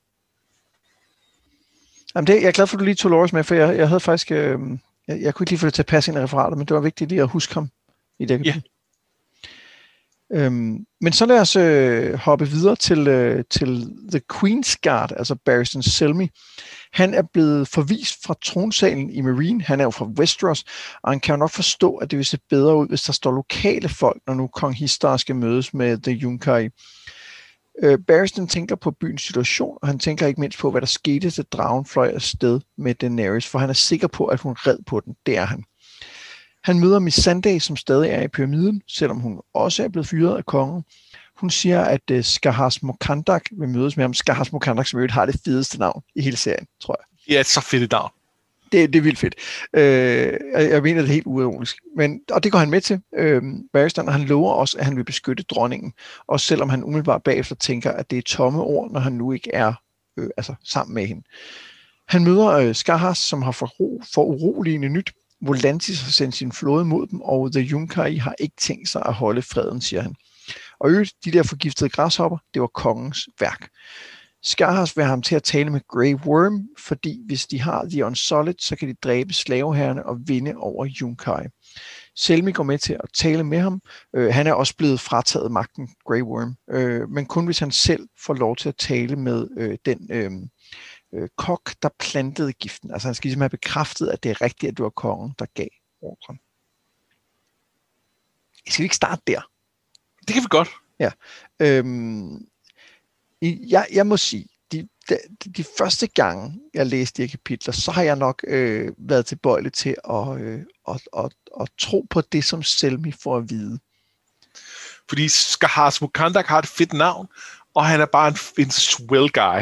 Jamen jeg er glad for, at du lige tog Loras med, for jeg havde faktisk... jeg kunne ikke lige få det til at passe ind i referatet, men det var vigtigt lige at huske ham i det. Ja. Men så lad os hoppe videre til The Queen's Guard, altså Barristan Selmy. Han er blevet forvist fra tronsalen i Meereen. Han er jo fra Westeros, og han kan jo nok forstå, at det vil se bedre ud, hvis der står lokale folk, når nu kong Histar skal mødes med The Yunkai. Barristan tænker på byens situation, og han tænker ikke mindst på, hvad der skete, til dragen fløj afsted med Daenerys, for han er sikker på, at hun red på den. Det er han. Han møder Missandei, som stadig er i pyramiden, selvom hun også er blevet fyret af kongen. Hun siger, at Skahaz Mokandak vil mødes med ham. Skahaz Mokandak, som har det fedeste navn i hele serien, tror jeg. Ja, et så fedt navn. Det er vildt fedt. Jeg mener, det er helt uironisk. Og det går han med til, Barristan, og han lover også, at han vil beskytte dronningen. Også selvom han umiddelbart bagefter tænker, at det er tomme ord, når han nu ikke er sammen med hende. Han møder Skahaz, som har for uroligende nyt. Volantis har sendt sin flåde mod dem, og The Yunkai har ikke tænkt sig at holde freden, siger han. Og de der forgiftede græshopper, det var kongens værk. Skahaz vil have ham til at tale med Grey Worm, fordi hvis de har The Unsullied, så kan de dræbe slaveherrerne og vinde over Yunkai. Selmy går med til at tale med ham. Han er også blevet frataget magten, Grey Worm, men kun hvis han selv får lov til at tale med den kok, der plantede giften. Altså han skal ligesom have bekræftet, at det er rigtigt, at det var kongen, der gav ordren. Skal vi ikke starte der? Det kan vi godt. Ja. Jeg må sige, de første gange, jeg læste de kapitler, så har jeg nok været tilbøjelig til at tro på det, som Selmy får at vide. Fordi Skahaz Mokandak har et fedt navn, og han er bare en swell guy.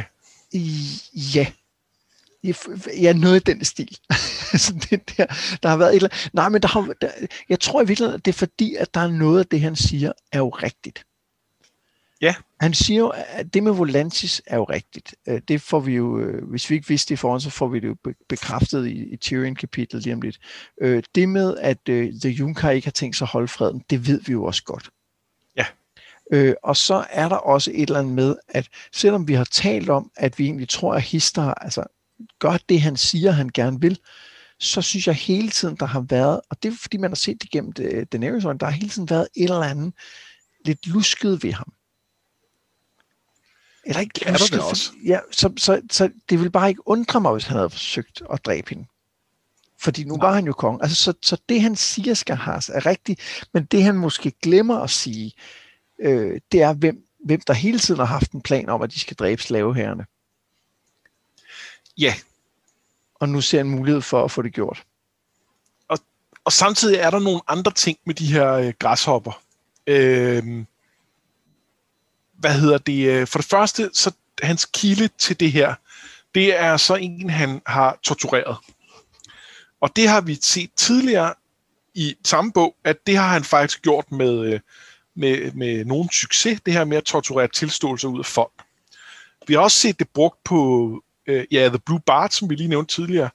Ja, noget i den stil. Så det der har været et eller andet. Nej, men jeg tror i virkeligheden, at det er fordi, at der er noget af det, han siger, er jo rigtigt. Ja. Han siger jo, at det med Volantis er jo rigtigt. Det får vi jo, hvis vi ikke vidste det i forhånd, så får vi det jo bekræftet i Tyrion-kapitlet lige om lidt. Det med, at The Yunkai ikke har tænkt sig at holde freden, det ved vi jo også godt. Ja. Og så er der også et eller andet med, at selvom vi har talt om, at vi egentlig tror, at Histar gør det, han siger, han gerne vil, så synes jeg hele tiden, der har været, og det er fordi, man har set det gennem Daenerys, der har hele tiden været et eller andet lidt lusket ved ham. Eller ikke lusket, det også. Ja, så det vil bare ikke undre mig, hvis han havde forsøgt at dræbe hende. Fordi nu var han jo konge. Altså, så det, han siger, Skahaz, er rigtigt, men det, han måske glemmer at sige, det er, hvem der hele tiden har haft en plan om, at de skal dræbe slaveherrerne. Ja. Og nu ser en mulighed for at få det gjort. Og samtidig er der nogle andre ting med de her græshopper. For det første, så hans kilde til det her, det er så en, han har tortureret. Og det har vi set tidligere i samme bog, at det har han faktisk gjort med nogen succes, det her med at torturere tilståelser ud af folk. Vi har også set det brugt på The Blue Bart, som vi lige nævnte tidligere,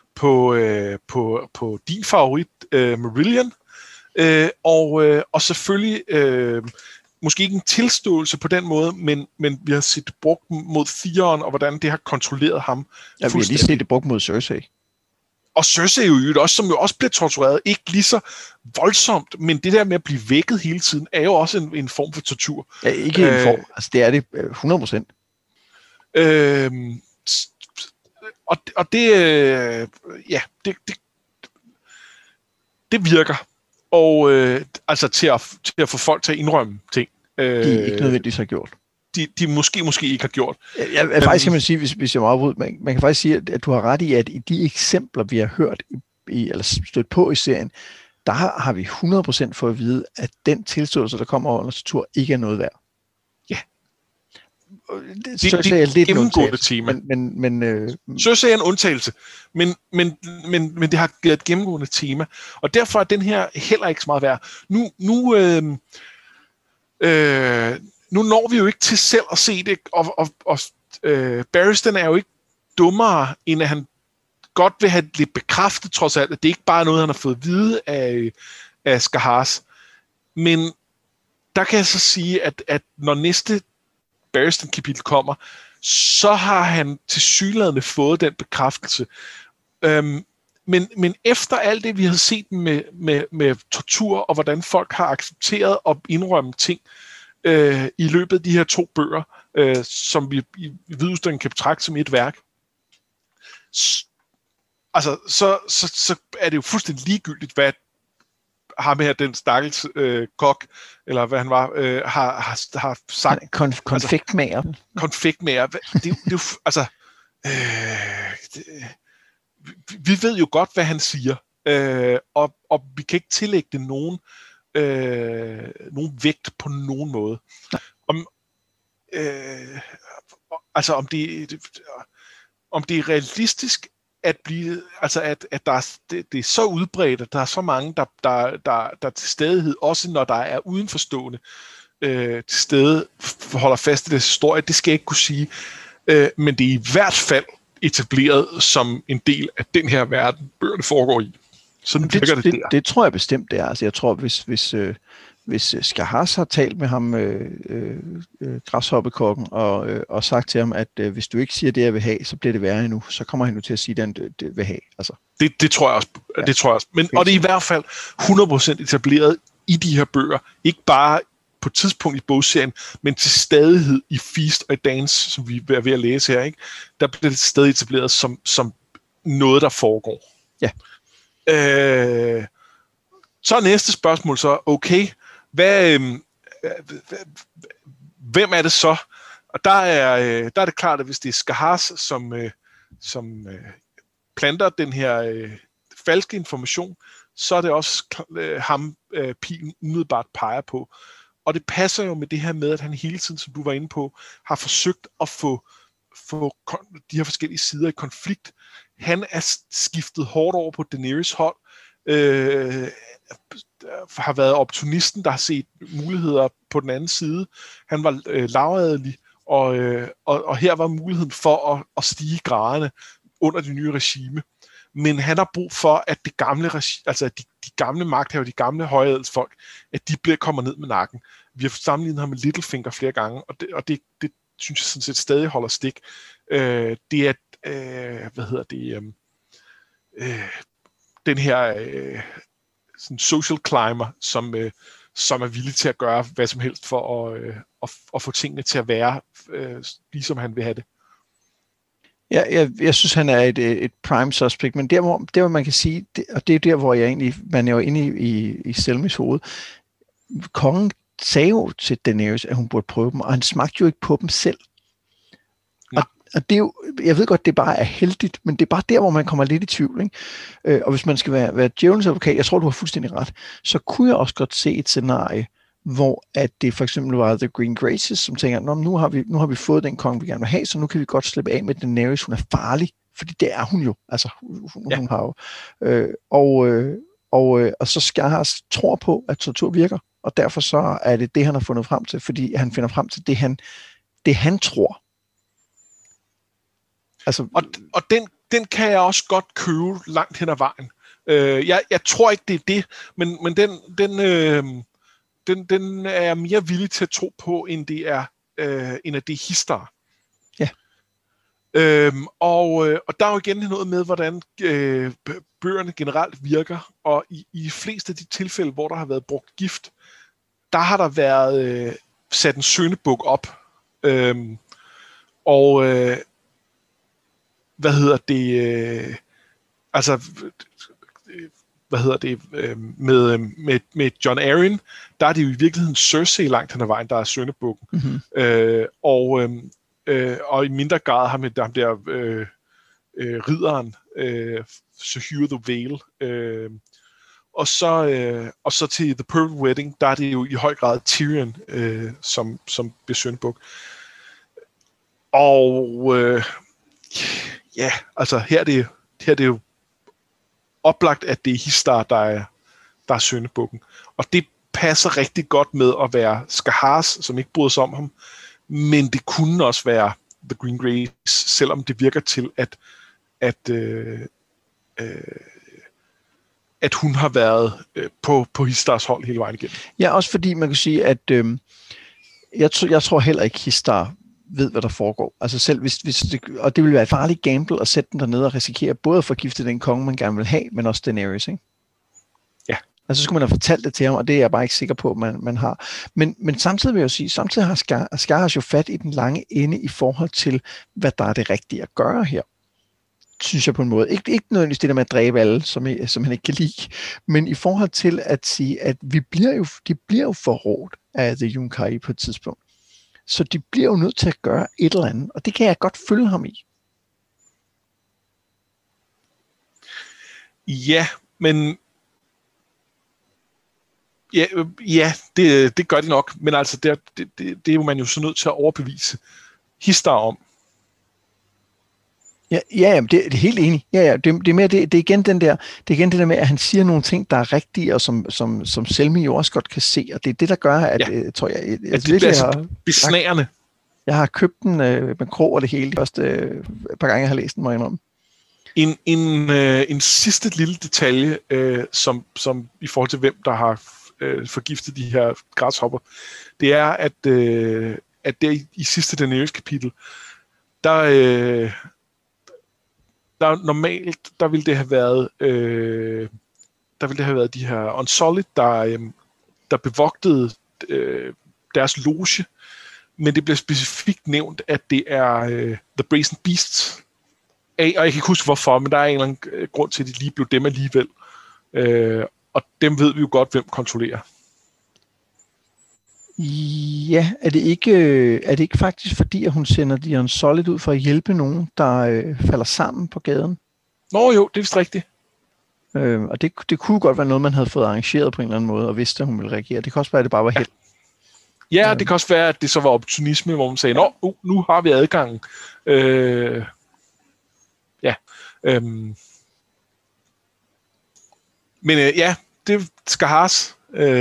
på din favorit, Marillion, og selvfølgelig måske ikke en tilståelse på den måde, men vi har set det brugt mod Theon, og hvordan det har kontrolleret ham. Ja, vi har lige set det brugt mod Cersei. Og Cersei jo også, som jo også bliver tortureret, ikke lige så voldsomt, men det der med at blive vækket hele tiden, er jo også en form for tortur. Ja, ikke en form, altså det er det 100%. Og det, det virker. Og altså til at få folk til at indrømme ting. De ikke nødvendigvis har gjort. De måske ikke har gjort. Faktisk kan man sige, hvis jeg må afbryde, man kan faktisk sige, at du har ret i, at i de eksempler, vi har hørt eller stødt på i serien, der har vi 100% for at vide, at den tilståelse, der kommer under tortur, ikke er noget værd. Ja. Det er lidt gennemgående tema. Cersei er en undtagelse, men det har givet et gennemgående tema, og derfor er den her heller ikke så meget værd. Nu når vi jo ikke til selv at se det, og Barristan er jo ikke dummere, end at han godt vil have lidt bekræftet trods alt, at det ikke bare er noget, han har fået at vide af Skahaz. Men der kan jeg så sige, at når næste Barristan-kapitel kommer, så har han tilsyneladende fået den bekræftelse. Men efter alt det, vi har set med tortur, og hvordan folk har accepteret og indrømme ting, i løbet af de her 2 bøger, som vi i vidudstrækning kan betragte som et værk, så er det jo fuldstændig ligegyldigt, hvad ham her, den stakkels kok, eller hvad han var, har sagt. Konfektmager. Konfektmager. Det er jo, altså, vi ved jo godt, hvad han siger, og vi kan ikke tillægge det nogen vægt på nogen måde. Om det er realistisk at blive, altså at der det er så udbredt, at der er så mange, der til stadighed, også når der er udenforstående til stede, holder fast i deres historie, det skal jeg ikke kunne sige. Men det er i hvert fald etableret som en del af den her verden, bøgerne foregår i. Sådan virker det der. Det tror jeg bestemt, det er. Altså, jeg tror, hvis Skahaz har talt med ham, græshoppekokken, og sagt til ham, at hvis du ikke siger det, jeg vil have, så bliver det værre endnu. Så kommer han jo til at sige, det han vil have. Altså. Det tror jeg også. Ja. Det tror jeg også. Men, og det er i hvert fald 100% etableret i de her bøger. Ikke bare på et tidspunkt i bogserien, men til stadighed i Feast og Dance, som vi er ved at læse her. Ikke? Der bliver det stadig etableret som noget, der foregår. Ja. Så næste spørgsmål så, okay, hvem er det så? Og der er det klart, at hvis det er Skahaz, som planter den her falske information, så er det også ham, pilen umiddelbart peger på. Og det passer jo med det her med, at han hele tiden, som du var inde på, har forsøgt at få de her forskellige sider i konflikt. Han er skiftet hårdt over på Daenerys hold, har været opportunisten, der har set muligheder på den anden side. Han var lavadelig, og her var muligheden for at stige graderne under det nye regime. Men han har brug for, at det gamle altså de gamle magthaver, de gamle højadelsfolk, at de kommer ned med nakken. Vi har sammenlignet ham med Littlefinger flere gange, og det synes jeg sådan set stadig holder stik. Det er den her sådan social climber, som er villig til at gøre hvad som helst for at få tingene til at være ligesom han vil have det. Ja, jeg synes, han er et prime suspect, men der hvor man kan sige, og det er der, hvor man er jo inde i Selmys hoved. Kongen sagde jo til Daenerys, at hun burde prøve dem, og han smagte jo ikke på dem selv. Og det er jo, jeg ved godt, det bare er heldigt, men det er bare der, hvor man kommer lidt i tvivl. Ikke? Og hvis man skal være djævelens advokat, jeg tror, du har fuldstændig ret, så kunne jeg også godt se et scenarie, hvor at det for eksempel var The Green Graces, som tænker, nu har vi fået den konge, vi gerne vil have, så nu kan vi godt slippe af med Daenerys, hun er farlig, fordi det er hun jo. Altså, hun har jo. Og så Skahas tror på, at tortur virker, og derfor så er det, han har fundet frem til, fordi han finder frem til det han tror. Altså, og den kan jeg også godt købe langt hen ad vejen. Jeg tror ikke, det er det, men den er jeg mere villig til at tro på, end det er Histar. Ja. Og der er jo igen noget med, hvordan bøgerne generelt virker, og i fleste af de tilfælde, hvor der har været brugt gift, der har der været sat en syndebuk op. Med Jon Arryn, der er det jo i virkeligheden Cersei langt hen ad vejen, der er syndebukken. Mm-hmm. Og i mindre grad har med ham der ridderen, Sir Hugh the Vale. Og så til The Purple Wedding, der er det jo i høj grad Tyrion, som bliver syndebuk. Og ja, altså her er det jo oplagt, at det er Histar, der er syndebukken. Og det passer rigtig godt med at være Skahas, som ikke bryder sig om ham, men det kunne også være The Green Grace, selvom det virker til, at hun har været på Histars hold hele vejen igennem. Ja, også fordi man kan sige, at jeg tror heller ikke, Histar ved, hvad der foregår. Altså selv hvis det, og det ville være et farligt gamble at sætte den dernede og risikere både at forgifte den konge, man gerne vil have, men også Daenerys, ikke? Ja. Altså så skulle man have fortalt det til ham, og det er jeg bare ikke sikker på, man har. Men samtidig vil jeg jo sige, samtidig har Skahas jo fat i den lange ende i forhold til, hvad der er det rigtige at gøre her. Synes jeg på en måde. Ikke nødvendigvis det der med at dræbe alle, som han ikke kan lide, men i forhold til at sige, at de bliver jo forrådt af The Yunkai på et tidspunkt. Så de bliver jo nødt til at gøre et eller andet, og det kan jeg godt følge ham i. Ja, men ja, det gør de nok, men altså det er jo man jo så nødt til at overbevise Histar om. Ja, det er helt enig. Ja, det er mere det er igen det der med, at han siger nogle ting, der er rigtige, og som Selmy jo også godt kan se, og det er det, der gør, at tror jeg, at det bliver så besnærende. Jeg har købt den med krog og det hele de første par gange, jeg har læst den, må jeg indrømme. En sidste lille detalje, som i forhold til hvem, der har forgiftet de her græshopper, det er, at der i sidste Daenerys kapitel, der normalt, der ville det have været de her Unsullied, der bevogtede deres loge, men det bliver specifikt nævnt, at det er The Brazen Beasts. Og jeg kan ikke huske hvorfor, men der er en eller anden grund til, at de lige blev dem alligevel. Og dem ved vi jo godt, hvem kontrollerer. Ja, er det ikke faktisk fordi, at hun sender de Unsullied ud for at hjælpe nogen, der falder sammen på gaden? Nå jo, det er vist rigtigt. Og det kunne godt være noget, man havde fået arrangeret på en eller anden måde, og vidste, at hun ville reagere. Det kan også være, at det bare var held. Ja, det kan også være, at det så var opportunisme, hvor man sagde, nu har vi adgangen. Men det skal has.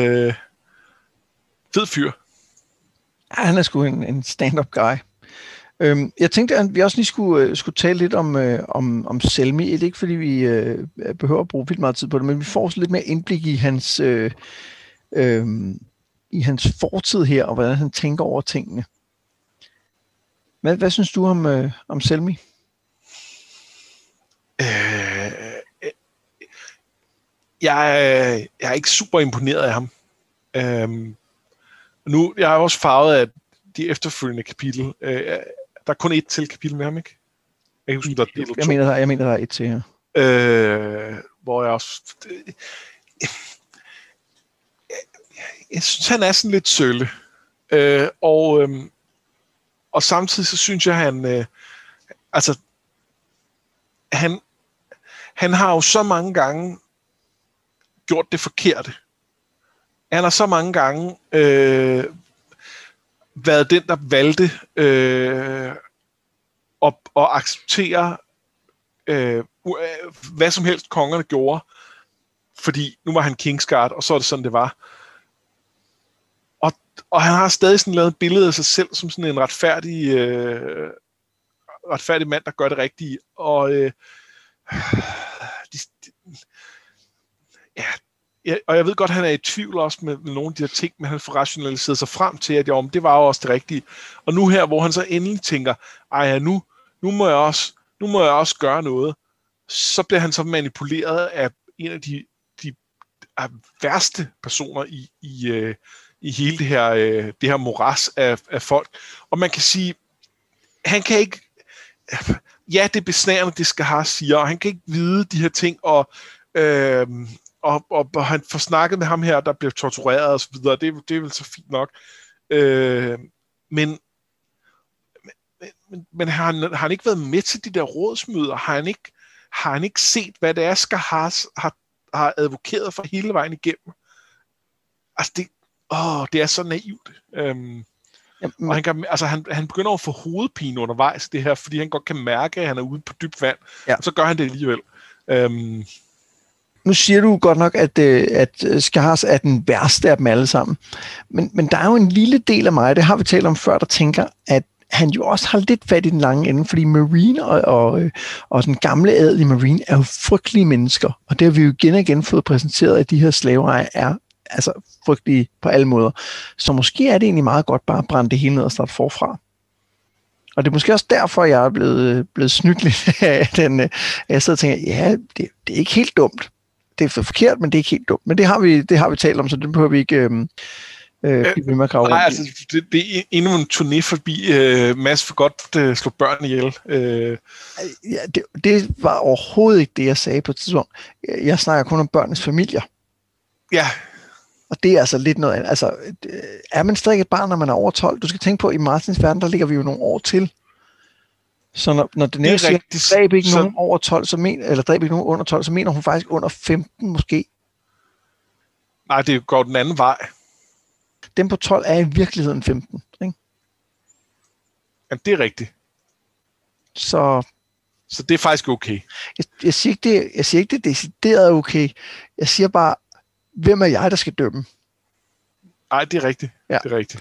Fed fyr. Ja, han er sgu en stand-up guy. Jeg tænkte, at vi også lige skulle tale lidt om Selmy. Det er ikke, fordi vi behøver at bruge vildt meget tid på det, men vi får også lidt mere indblik i hans fortid her, og hvordan han tænker over tingene. Hvad synes du om Selmy? Jeg er ikke super imponeret af ham. Nu, jeg er også farvet af de efterfølgende kapitel. Der er kun et til kapitel med ham, ikke? Jeg husker, der er jeg mener, der er et til her. Hvor jeg også... jeg synes, han er sådan lidt sølle. Og samtidig så synes jeg, han har jo så mange gange gjort det forkerte. Han har så mange gange været den, der valgte at acceptere hvad som helst kongerne gjorde, fordi nu var han Kingsguard, og så er det sådan, det var. Og han har stadig sådan lavet et billede af sig selv som sådan en retfærdig mand, der gør det rigtige. Og og jeg ved godt, at han er i tvivl også med nogle af de her ting, men han får rationaliseret sig frem til, at det var jo også det rigtige. Og nu her, hvor han så endelig tænker, nu må jeg også gøre noget, så bliver han så manipuleret af en af de værste personer i hele det her moras af folk. Og man kan sige, han kan ikke, ja, det er besnærende, det skal have siger, og han kan ikke vide de her ting, og han får snakket med ham her, der bliver tortureret og så videre, det er vel så fint nok. Men har han ikke været med til de der rådsmøder? Har han ikke set, hvad det er, Skahaz har advokeret for hele vejen igennem? Altså, det er så naivt. Og han begynder at få hovedpine undervejs det her, fordi han godt kan mærke, at han er ude på dybt vand. Ja. Og så gør han det alligevel. Nu siger du godt nok, at Skahaz er den værste af dem alle sammen. Men der er jo en lille del af mig, det har vi talt om før, der tænker, at han jo også har lidt fat i den lange ende, fordi Marine og den gamle adelige Marine er jo frygtelige mennesker, og det har vi jo igen og igen fået præsenteret, at de her slaveejere er altså frygtelige på alle måder. Så måske er det egentlig meget godt bare at brænde det hele ned og starte forfra. Og det er måske også derfor, jeg er blevet snydt lidt af den. Jeg sidder og tænker, ja, det er ikke helt dumt. Det er forkert, men det er ikke helt dumt. Men det har vi talt om, så det behøver vi ikke nej, altså, det er endnu en turné forbi Mads for godt slå børn ihjel. Ja, det var overhovedet ikke det, jeg sagde på et tidspunkt. Jeg snakker kun om børnenes familier. Ja. Og det er altså lidt noget andet. Altså, er man stadig et barn, når man er over 12? Du skal tænke på, at i Martins verden, der ligger vi jo nogle år til. Så når det næste siger, dræb ikke nogen over 12, eller dræb ikke nogen under 12, så mener hun faktisk under 15 måske. Nej, det går den anden vej. Dem på 12 er i virkeligheden 15, ikke? Ja, det er rigtigt. Så det er faktisk okay. Jeg siger ikke, det er decideret okay. Jeg siger bare, hvem er jeg, der skal dømme? Nej, det er rigtigt. Ja. Det er rigtigt.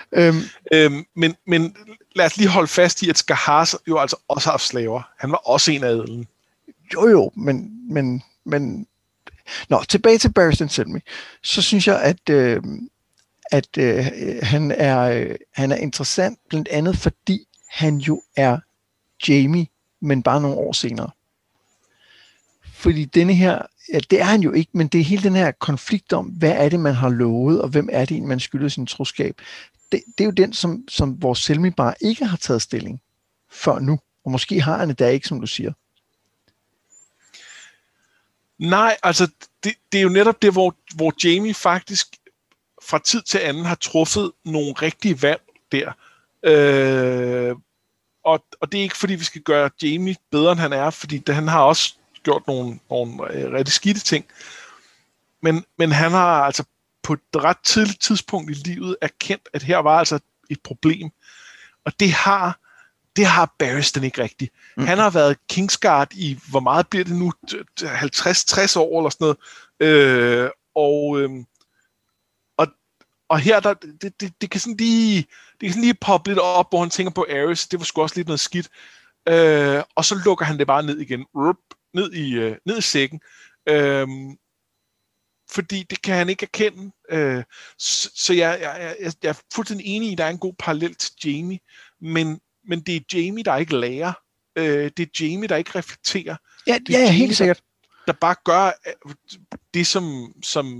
Men lad os lige holde fast i, at Skahaz jo altså også har haft slaver. Han var også en af adelen. Jo, men Nå, tilbage til Barristan Selmy. Så synes jeg, at han er interessant, blandt andet fordi han jo er Jaime, men bare nogle år senere. Fordi denne her, ja, det er han jo ikke, men det er hele den her konflikt om, hvad er det, man har lovet, og hvem er det, man skylder sin troskab. Det er jo den, som vores Selmy bare ikke har taget stilling før nu. Og måske har han det der ikke, som du siger. Nej, altså, det er jo netop det, hvor Jaime faktisk fra tid til anden har truffet nogle rigtige valg der. Og det er ikke, fordi vi skal gøre Jaime bedre, end han er, fordi han har også gjort nogle rigtig skidte ting. Men han har altså på et ret tidligt tidspunkt i livet erkendt, at her var altså et problem. Og det har Barristan ikke rigtigt. Mm. Han har været Kingsguard i, hvor meget bliver det nu? 50-60 år eller sådan noget. Og her, det kan sådan lige poppe lidt op, hvor han tænker på Aerys, det var sgu også lidt noget skidt. Og så lukker han det bare ned igen. Ned i sækken. Fordi det kan han ikke erkende. Så jeg er fuldstændig enig i, at der er en god parallel til Jaime, men det er Jaime, der ikke lærer. Det er Jaime, der ikke reflekterer. Ja, det er Jaime, helt sikkert. Der bare gør det, som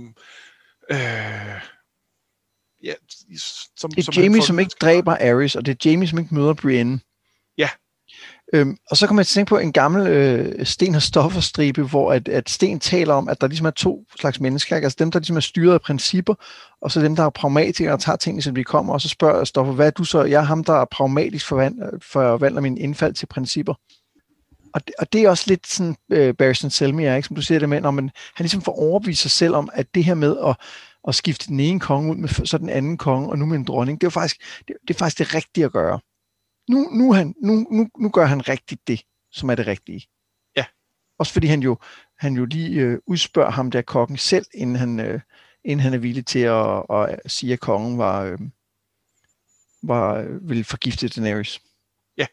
det er Jaime, som ikke dræber Aerys, og det er Jaime, som ikke møder Brienne. Ja. Og så kommer jeg til at tænke på en gammel Sten og Stoffer-stribe, hvor at Sten taler om, at der ligesom er to slags mennesker. Ikke? Altså dem, der ligesom er styret af principper, og så dem, der er pragmatikere og tager tingene, som de kommer, og så spørger Stoffer, hvad er du så? Jeg er ham, der er pragmatisk forvandler mine indfald til principper. Og det er også lidt sådan, Barristan Selmy er, ikke? Som du siger det med, når han ligesom får overbevist sig selv om, at det her med at skifte den ene konge ud med så den anden konge, og nu med en dronning, det er faktisk det rigtige at gøre. Nu gør han rigtigt det, som er det rigtige. Ja. Også fordi han jo lige udspørger ham der kokken selv, inden han er villig til at sige, at kongen ville forgifte Daenerys. Ja.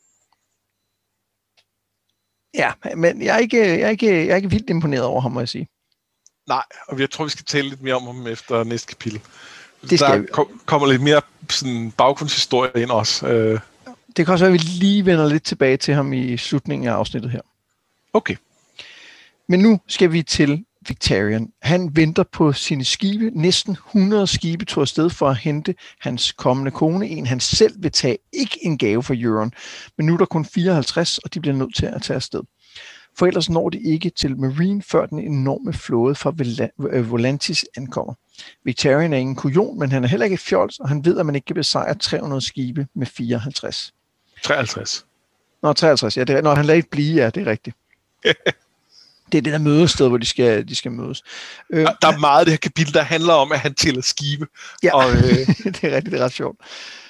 Ja, men jeg er ikke vildt imponeret over ham, må jeg sige. Nej, og jeg tror, vi skal tale lidt mere om ham efter næste kapitel. Der kommer lidt mere sådan baggrundshistorie ind også. Det kan også være, at vi lige vender lidt tilbage til ham i slutningen af afsnittet her. Okay. Men nu skal vi til Victarion. Han venter på sine skibe. Næsten 100 skibe tog afsted for at hente hans kommende kone. En han selv vil tage. Ikke en gave fra Euron. Men nu er der kun 54, og de bliver nødt til at tage afsted. For ellers når de ikke til Meereen, før den enorme flåde fra Volantis ankommer. Victarion er ingen kujon, men han er heller ikke fjols, og han ved, at man ikke kan besejre 300 skibe med 54. 53. Nå, 53, ja. Når han lader ikke blive, ja, det er rigtigt. Det er det der mødested, hvor de skal mødes. Der er meget af det her kapitel, der handler om, at han tæller skibe. Ja, og, det er rigtigt, det er ret sjovt.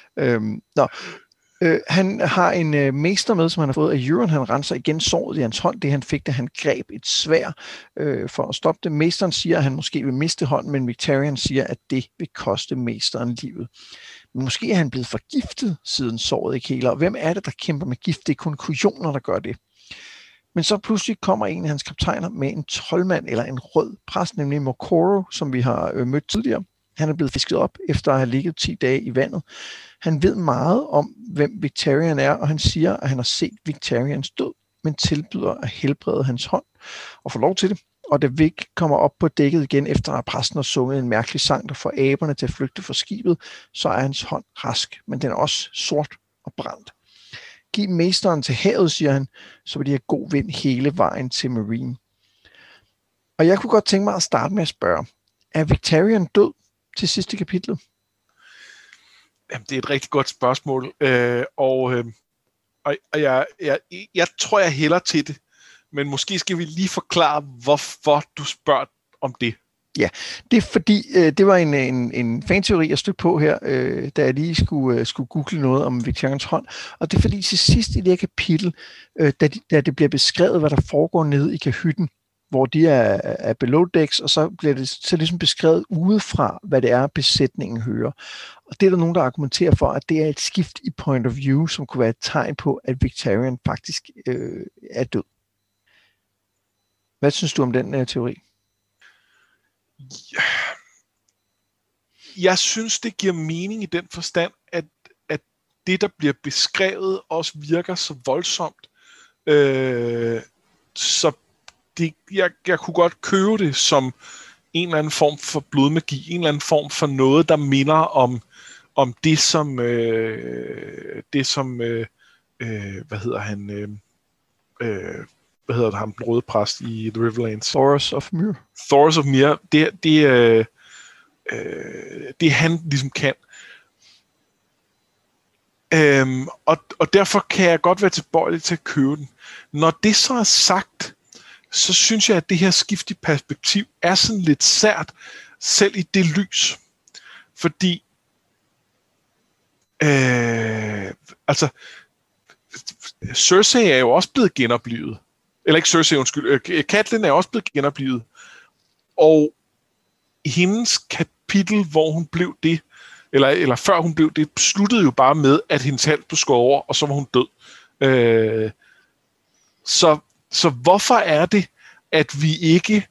Han har en mester med, som han har fået af Euron. Han renser igen såret i hans hånd. Det han fik, da han greb et sværd for at stoppe det. Mesteren siger, at han måske vil miste hånden, men Victarion siger, at det vil koste mesteren livet. Men måske er han blevet forgiftet, siden såret ikke heler. Og hvem er det, der kæmper med gift? Det er kun kujoner, der gør det. Men så pludselig kommer en af hans kaptajner med en 12-mand eller en rød præst, nemlig Moqorro, som vi har mødt tidligere. Han er blevet fisket op efter at have ligget 10 dage i vandet. Han ved meget om, hvem Victarion er, og han siger, at han har set Victarions død, men tilbyder at helbrede hans hånd og få lov til det. Og da Vic kommer op på dækket igen, efter at præsten har sunget en mærkelig sang, der får aberne til at flygte fra skibet, så er hans hånd rask, men den er også sort og brændt. Giv mesteren til havet, siger han, så vil de have god vind hele vejen til Meereen. Og jeg kunne godt tænke mig at starte med at spørge, er Victarion død til sidste kapitel? Jamen, det er et rigtig godt spørgsmål, og jeg tror, jeg hælder til det, men måske skal vi lige forklare, hvorfor du spørger om det. Ja, det er fordi, det var en fanteori, jeg stødte på her, da jeg lige skulle google noget om Victarions hånd. Og det er fordi til sidst i det her kapitel, da det bliver beskrevet, hvad der foregår nede i kahytten, hvor de er below decks, og så bliver det så ligesom beskrevet udefra, hvad det er, besætningen hører. Og det er der nogen, der argumenterer for, at det er et skift i point of view, som kunne være et tegn på, at Victarion faktisk er død. Hvad synes du om den teori? Jeg synes, det giver mening i den forstand, at det, der bliver beskrevet, også virker så voldsomt. Så jeg kunne godt købe det som en eller anden form for blodmagi, en eller anden form for noget, der minder om det, som hvad hedder han, hvad hedder det, ham, den røde præst i The Riverlands? Thoros of Myr. Thoros of Myr, det han ligesom kan. Og derfor kan jeg godt være tilbøjelig til at købe den. Når det så er sagt, så synes jeg, at det her skift i perspektiv er sådan lidt sært, selv i det lys. Fordi altså Cersei er jo også blevet genoplivet. Eller ikke Cersei, undskyld. Catelyn er også blevet genoplivet. Og hendes kapitel, hvor hun blev det, eller før hun blev det, sluttede jo bare med, at hendes hals blev skåret over, og så var hun død. Så hvorfor er det, at vi ikke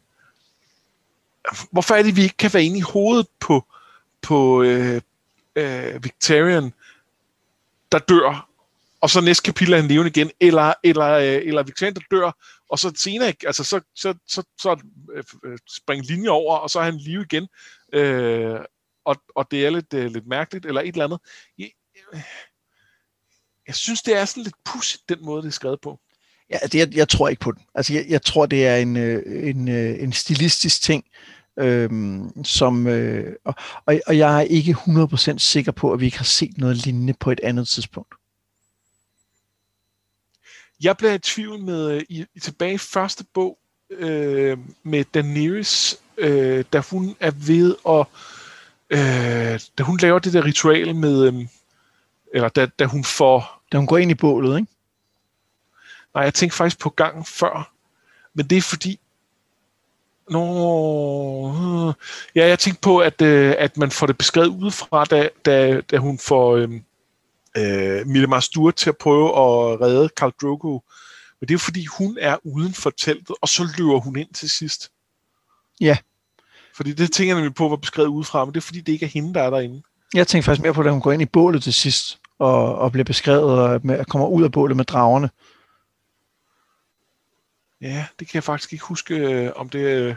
kan være inde i hovedet på Victarion, der dør, og så næste kapitel er han levende igen, eller Victarion, der dør, og så senere, altså så springer linjer over, og så er han i live igen, og det er lidt mærkeligt, eller et eller andet. Jeg synes, det er sådan lidt pudsigt, den måde, det er skrevet på. Ja, jeg tror ikke på den. Altså, jeg tror, det er en stilistisk ting, og jeg er ikke 100% sikker på, at vi ikke har set noget lignende på et andet tidspunkt. Jeg blev i tvivl med tilbage i første bog med Daenerys, da hun er ved at da hun laver det der ritual med eller da hun får... Da hun går ind i bålet, ikke? Nej, jeg tænkte faktisk på gangen før. Men det er fordi... Ja, jeg tænkte på, at man får det beskrevet udefra, da hun får Midemar Stewart til at prøve at redde Khal Drogo. Men det er jo fordi, hun er uden for teltet, og så løber hun ind til sidst. Ja. Fordi det tænker jeg nemlig på, var beskrevet udefra, men det er fordi, det ikke er hende, der er derinde. Jeg tænkte faktisk mere på, at hun går ind i bålet til sidst, og bliver beskrevet, og kommer ud af bålet med dragerne. Ja, det kan jeg faktisk ikke huske, om det...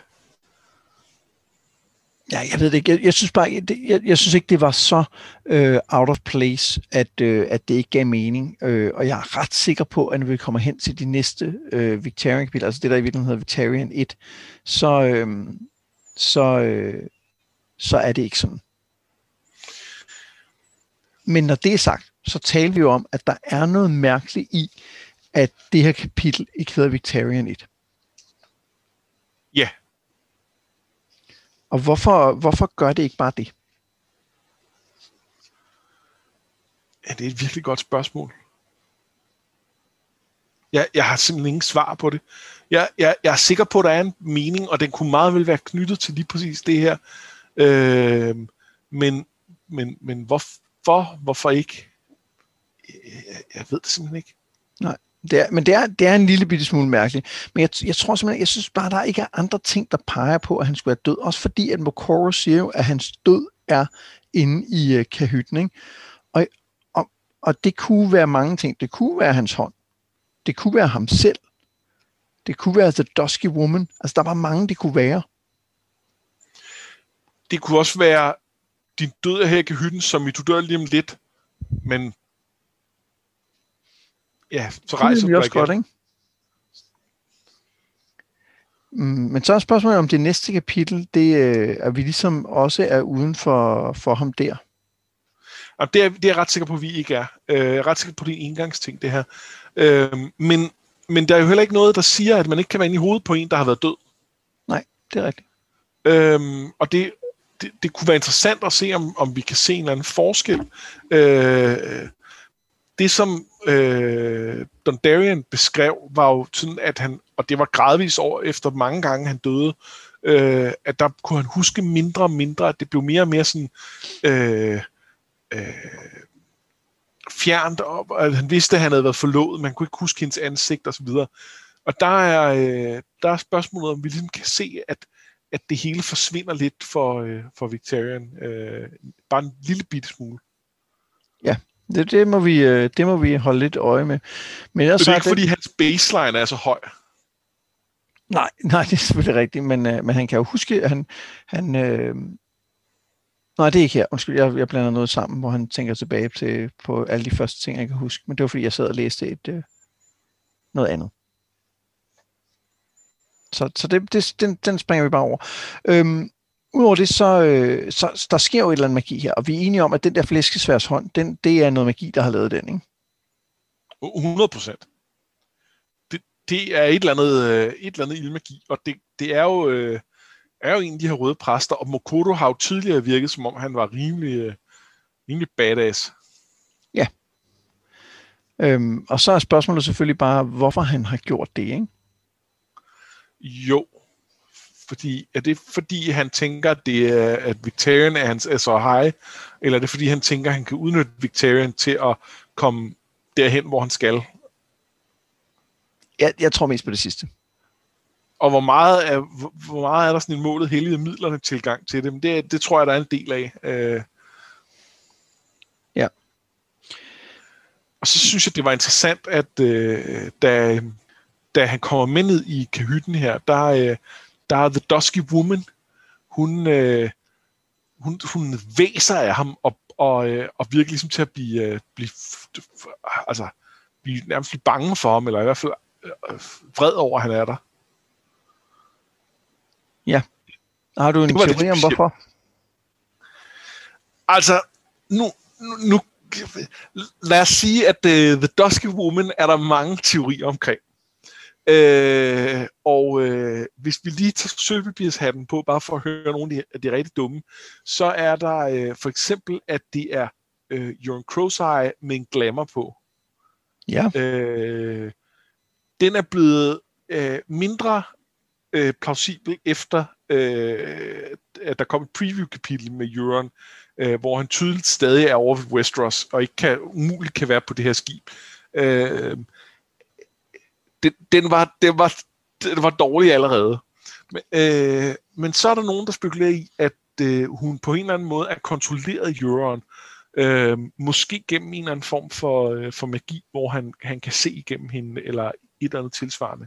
Ja, jeg ved det ikke. Jeg synes bare, jeg synes ikke, det var så out of place, at det ikke gav mening. Og jeg er ret sikker på, at når vi kommer hen til de næste Victarion-kapitler, altså det, der i virkeligheden hedder Victarion 1, så er det ikke sådan. Men når det er sagt, så taler vi jo om, at der er noget mærkeligt i, at det her kapitel ikke hedder Victarion 1. Ja. Og hvorfor gør det ikke bare det? Ja, det er et virkelig godt spørgsmål. Jeg har simpelthen ingen svar på det. Jeg er sikker på, at der er en mening, og den kunne meget vel være knyttet til lige præcis det her. Men hvorfor ikke? Jeg ved det simpelthen ikke. Nej. Det er en lille bitte smule mærkeligt. Men jeg tror simpelthen, jeg synes bare, der ikke er andre ting, der peger på, at han skulle være død. Også fordi, at Moqorro siger jo, at hans død er inde i kahytten. Ikke? Og det kunne være mange ting. Det kunne være hans hånd. Det kunne være ham selv. Det kunne være The Dusky Woman. Altså, der var mange, det kunne være. Det kunne også være din død her i kahytten, som i du dør lige om lidt. Men ja, så rejser du også godt, ikke? Men så er spørgsmålet om det næste kapitel, det er vi ligesom også er uden for ham der. Og det er jeg ret sikker på, at vi ikke er. Jeg er ret sikker på, at det er en engangsting, det her. Men der er jo heller ikke noget, der siger, at man ikke kan være inde i hovedet på en, der har været død. Nej, det er rigtigt. Og det kunne være interessant at se, om vi kan se en eller anden forskel. Det, som Dondarrion beskrev, var jo sådan, at han, og det var gradvist over efter mange gange, han døde, at der kunne han huske mindre og mindre, at det blev mere og mere sådan fjernt, og at han vidste, at han havde været forlovet, man kunne ikke huske hendes ansigt og så videre. Og der er spørgsmålet, om vi ligesom kan se, at det hele forsvinder lidt for Victarion. Bare en lille bitte smule. Ja. Det må vi holde lidt øje med. Men det er ikke, fordi hans baseline er så høj. Nej, det er selvfølgelig rigtigt, men han kan jo huske, at han nej, det er ikke her. Undskyld, jeg blander noget sammen, hvor han tænker tilbage på alle de første ting, jeg kan huske. Men det var, fordi jeg sad og læste noget andet. Så den springer vi bare over. Udover det, så der sker jo et eller andet magi her, og vi er enige om, at den der flæskesværs hånd, det er noget magi, der har lavet den, ikke? 100%. Det er et eller andet ildmagi, og det er jo en af de her røde præster, og Moqorro har jo tydeligere virket, som om han var rimelig badass. Ja. Og så er spørgsmålet selvfølgelig bare, hvorfor han har gjort det, ikke? Jo. Er det fordi han tænker, at Victarion er så high, eller er det fordi han tænker, at han kan udnytte Victarion til at komme derhen, hvor han skal? Jeg tror mest på det sidste. Og hvor meget er der sådan en målet hellige midlerne tilgang til det? Men det tror jeg, der er en del af. Ja. Og så synes jeg, det var interessant, at da han kommer med ned i kahytten her, der er The Dusky Woman, hun væser af ham og virkelig ligesom til at blive nærmest blive bange for ham, eller i hvert fald vred over, at han er der. Ja. Har du en teori om hvorfor? Altså, nu lad os sige, at The Dusky Woman er der mange teorier omkring. Hvis vi lige tager sølvpapirshatten på, bare for at høre nogle af de rigtig dumme, så er der for eksempel, at det er Euron Crosshair med en glamour på. Ja. Den er blevet mindre plausibel efter, at der kom et preview-kapitel med Euron, hvor han tydeligt stadig er over ved Westeros, og ikke umuligt kan være på det her skib. Den var dårlig allerede. Men så er der nogen, der spekulerer i, at hun på en eller anden måde er kontrolleret af Euron. Måske gennem en eller anden form for magi, hvor han kan se igennem hende, eller et eller andet tilsvarende.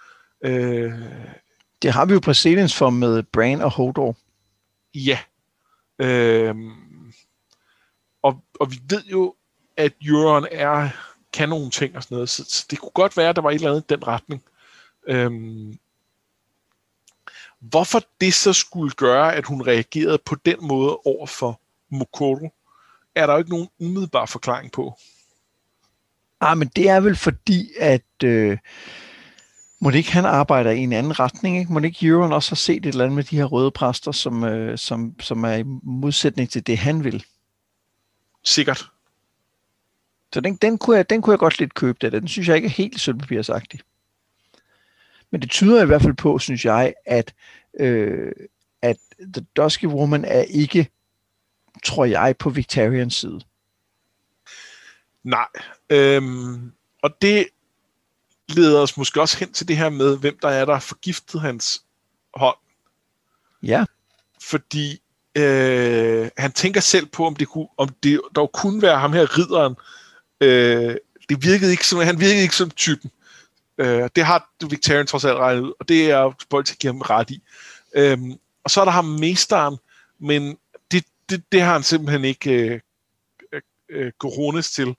Det har vi jo præcedens for med Bran og Hodor. Ja. Og vi ved jo, at Euron kan nogle ting og sådan noget, så det kunne godt være, at der var et eller andet i den retning. Hvorfor det så skulle gøre, at hun reagerede på den måde over for Mokoro, er der jo ikke nogen umiddelbar forklaring på. Men det er vel fordi, at må det ikke han arbejder i en anden retning, ikke? Må det ikke Euron også have set et eller andet med de her røde præster, som er i modsætning til det, han vil? Sikkert. Så den kunne jeg godt lidt købe det. Den synes jeg ikke er helt sølvpapirsagtig. Men det tyder i hvert fald på, synes jeg, at The Dusky Woman er ikke, tror jeg, på Victarians side. Nej. Og det leder os måske også hen til det her med, hvem der har forgiftet hans hånd. Ja. Fordi han tænker selv på, om det dog kunne være ham her ridderen. Det virkede ikke som, han virkede ikke som typen. Det har Victarion trods alt regnet ud, og det er jo bold til at give ham ret i. Og så er der ham mesteren, men det har han simpelthen ikke coronas til.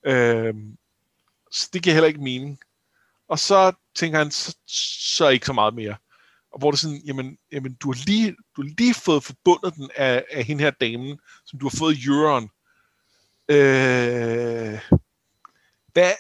Så det giver heller ikke mening. Og så tænker han, så ikke så meget mere. Og hvor det er sådan, jamen du har lige fået forbundet den af hende her damen, som du har fået i Euron. Hvad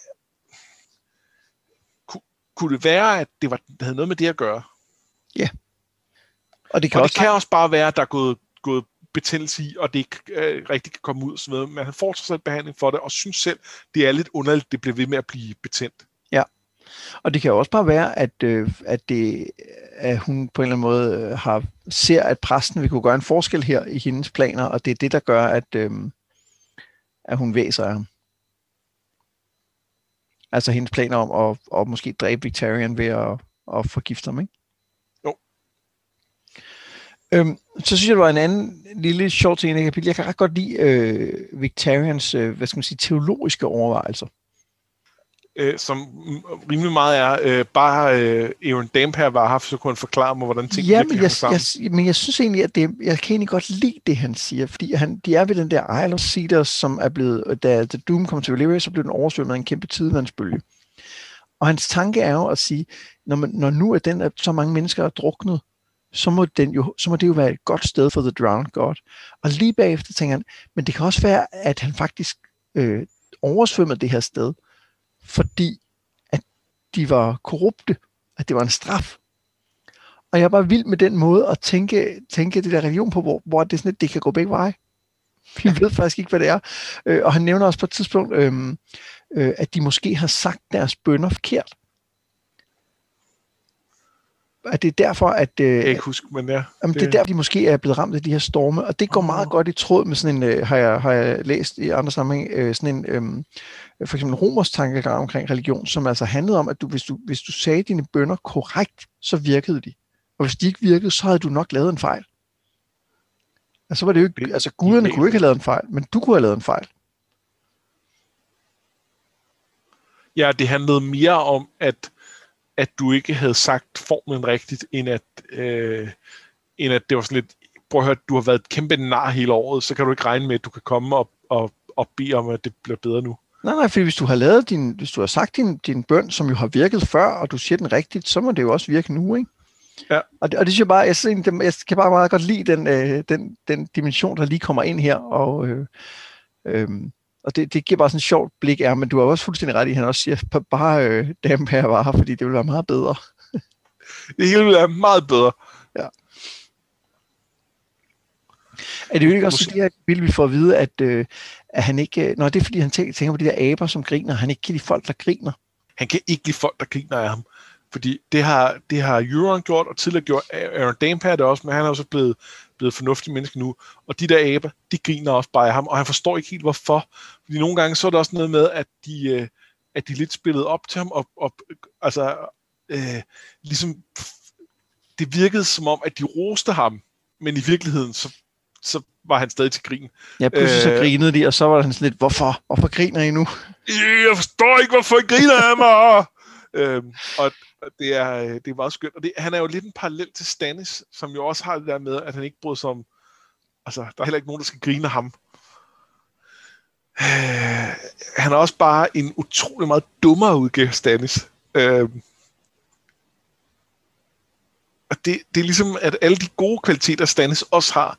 kunne det være, at det havde noget med det at gøre? Ja. Og det kan også bare være, at der er gået betændelse i, og det ikke rigtig kan komme ud og sådan noget. Men han får trods alt behandling for det, og synes selv, det er lidt underligt, det bliver ved med at blive betændt. Ja. Og det kan jo også bare være, at hun på en eller anden måde ser, at præsten vil kunne gøre en forskel her i hendes planer, og det er det, der gør, at hun væser af ham. Altså hendes planer om at måske dræbe Victarion ved at forgifte ham, ikke? Jo. Så synes jeg, det var en anden lille sjov ting i det kapitel. Jeg kan ret godt lide Victarions, teologiske overvejelser. Som rimelig meget er bare Euron Damphair var haft, så kunne han forklare mig, hvordan tingene hænger sammen. Men jeg synes egentlig, at jeg kan egentlig godt lide det, han siger, fordi de er ved den der Isle of Cedars, som er blevet, da Doom kom til Valyria, så blev den oversvømmet af en kæmpe tidevandsbølge. Og hans tanke er jo at sige, når nu er så mange mennesker er druknet, så må det jo være et godt sted for The Drowned God. Og lige bagefter tænker han, men det kan også være, at han faktisk oversvømmede det her sted, fordi at de var korrupte, at det var en straf. Og jeg er bare vild med den måde at tænke det der religion på, hvor det er sådan, at det kan gå begge veje. Vi ved faktisk ikke, hvad det er. Og han nævner også på et tidspunkt, at de måske har sagt deres bønner forkert. At det er derfor, at jeg kan ikke huske, men ja. Det er derfor, de måske er blevet ramt af de her storme, og det går meget godt i tråd med sådan en, har jeg læst i andre sammenhæng, sådan en, for eksempel Romers tankegang omkring religion, som altså handlede om, at hvis du sagde dine bønner korrekt, så virkede de. Og hvis de ikke virkede, så havde du nok lavet en fejl. Altså, så var det jo ikke, altså guderne kunne ikke have lavet en fejl, men du kunne have lavet en fejl. Ja, det handlede mere om, at du ikke havde sagt formlen rigtigt, end at det var sådan lidt, prøv at høre, du har været et kæmpe nar hele året, så kan du ikke regne med, at du kan komme og bede om, at det bliver bedre nu. Nej, fordi hvis du har lavet hvis du har sagt din bøn, som jo har virket før, og du siger den rigtigt, så må det jo også virke nu, ikke? Ja. Og det synes jeg bare, jeg kan bare meget godt lide den dimension, der lige kommer ind her, og det giver bare sådan et sjovt blik af, men du har også fuldstændig ret i, han også siger, bare dem her var her, fordi det vil være meget bedre. Det hele vil være meget bedre. Ja. Er det jo ikke også det her kapitel, vi får at vide, at han ikke... Nå, det er fordi, han tænker på de der aber, som griner. Han ikke kan lide folk, der griner. Han kan ikke lide folk, der griner af ham. Fordi det har Euron gjort, og tidligere gjort Aaron Dampere det også, men han er også blevet fornuftig menneske nu. Og de der aber, de griner også bare af ham, og han forstår ikke helt, hvorfor. Fordi nogle gange så er der også noget med, at de lidt spillede op til ham, og ligesom det virkede som om, at de roste ham, men i virkeligheden, så var han stadig til grin. Ja, pludselig så grinede de, og så var han sådan lidt, hvorfor griner I nu? Jeg forstår ikke, hvorfor I griner af mig! Og det er meget skønt. Og han er jo lidt en parallel til Stannis, som jo også har det der med, at han ikke bryder sig om... Altså, der er heller ikke nogen, der skal grine af ham. Han er også bare en utrolig meget dummere udgave af Stannis. Og det er ligesom, at alle de gode kvaliteter, Stannis også har,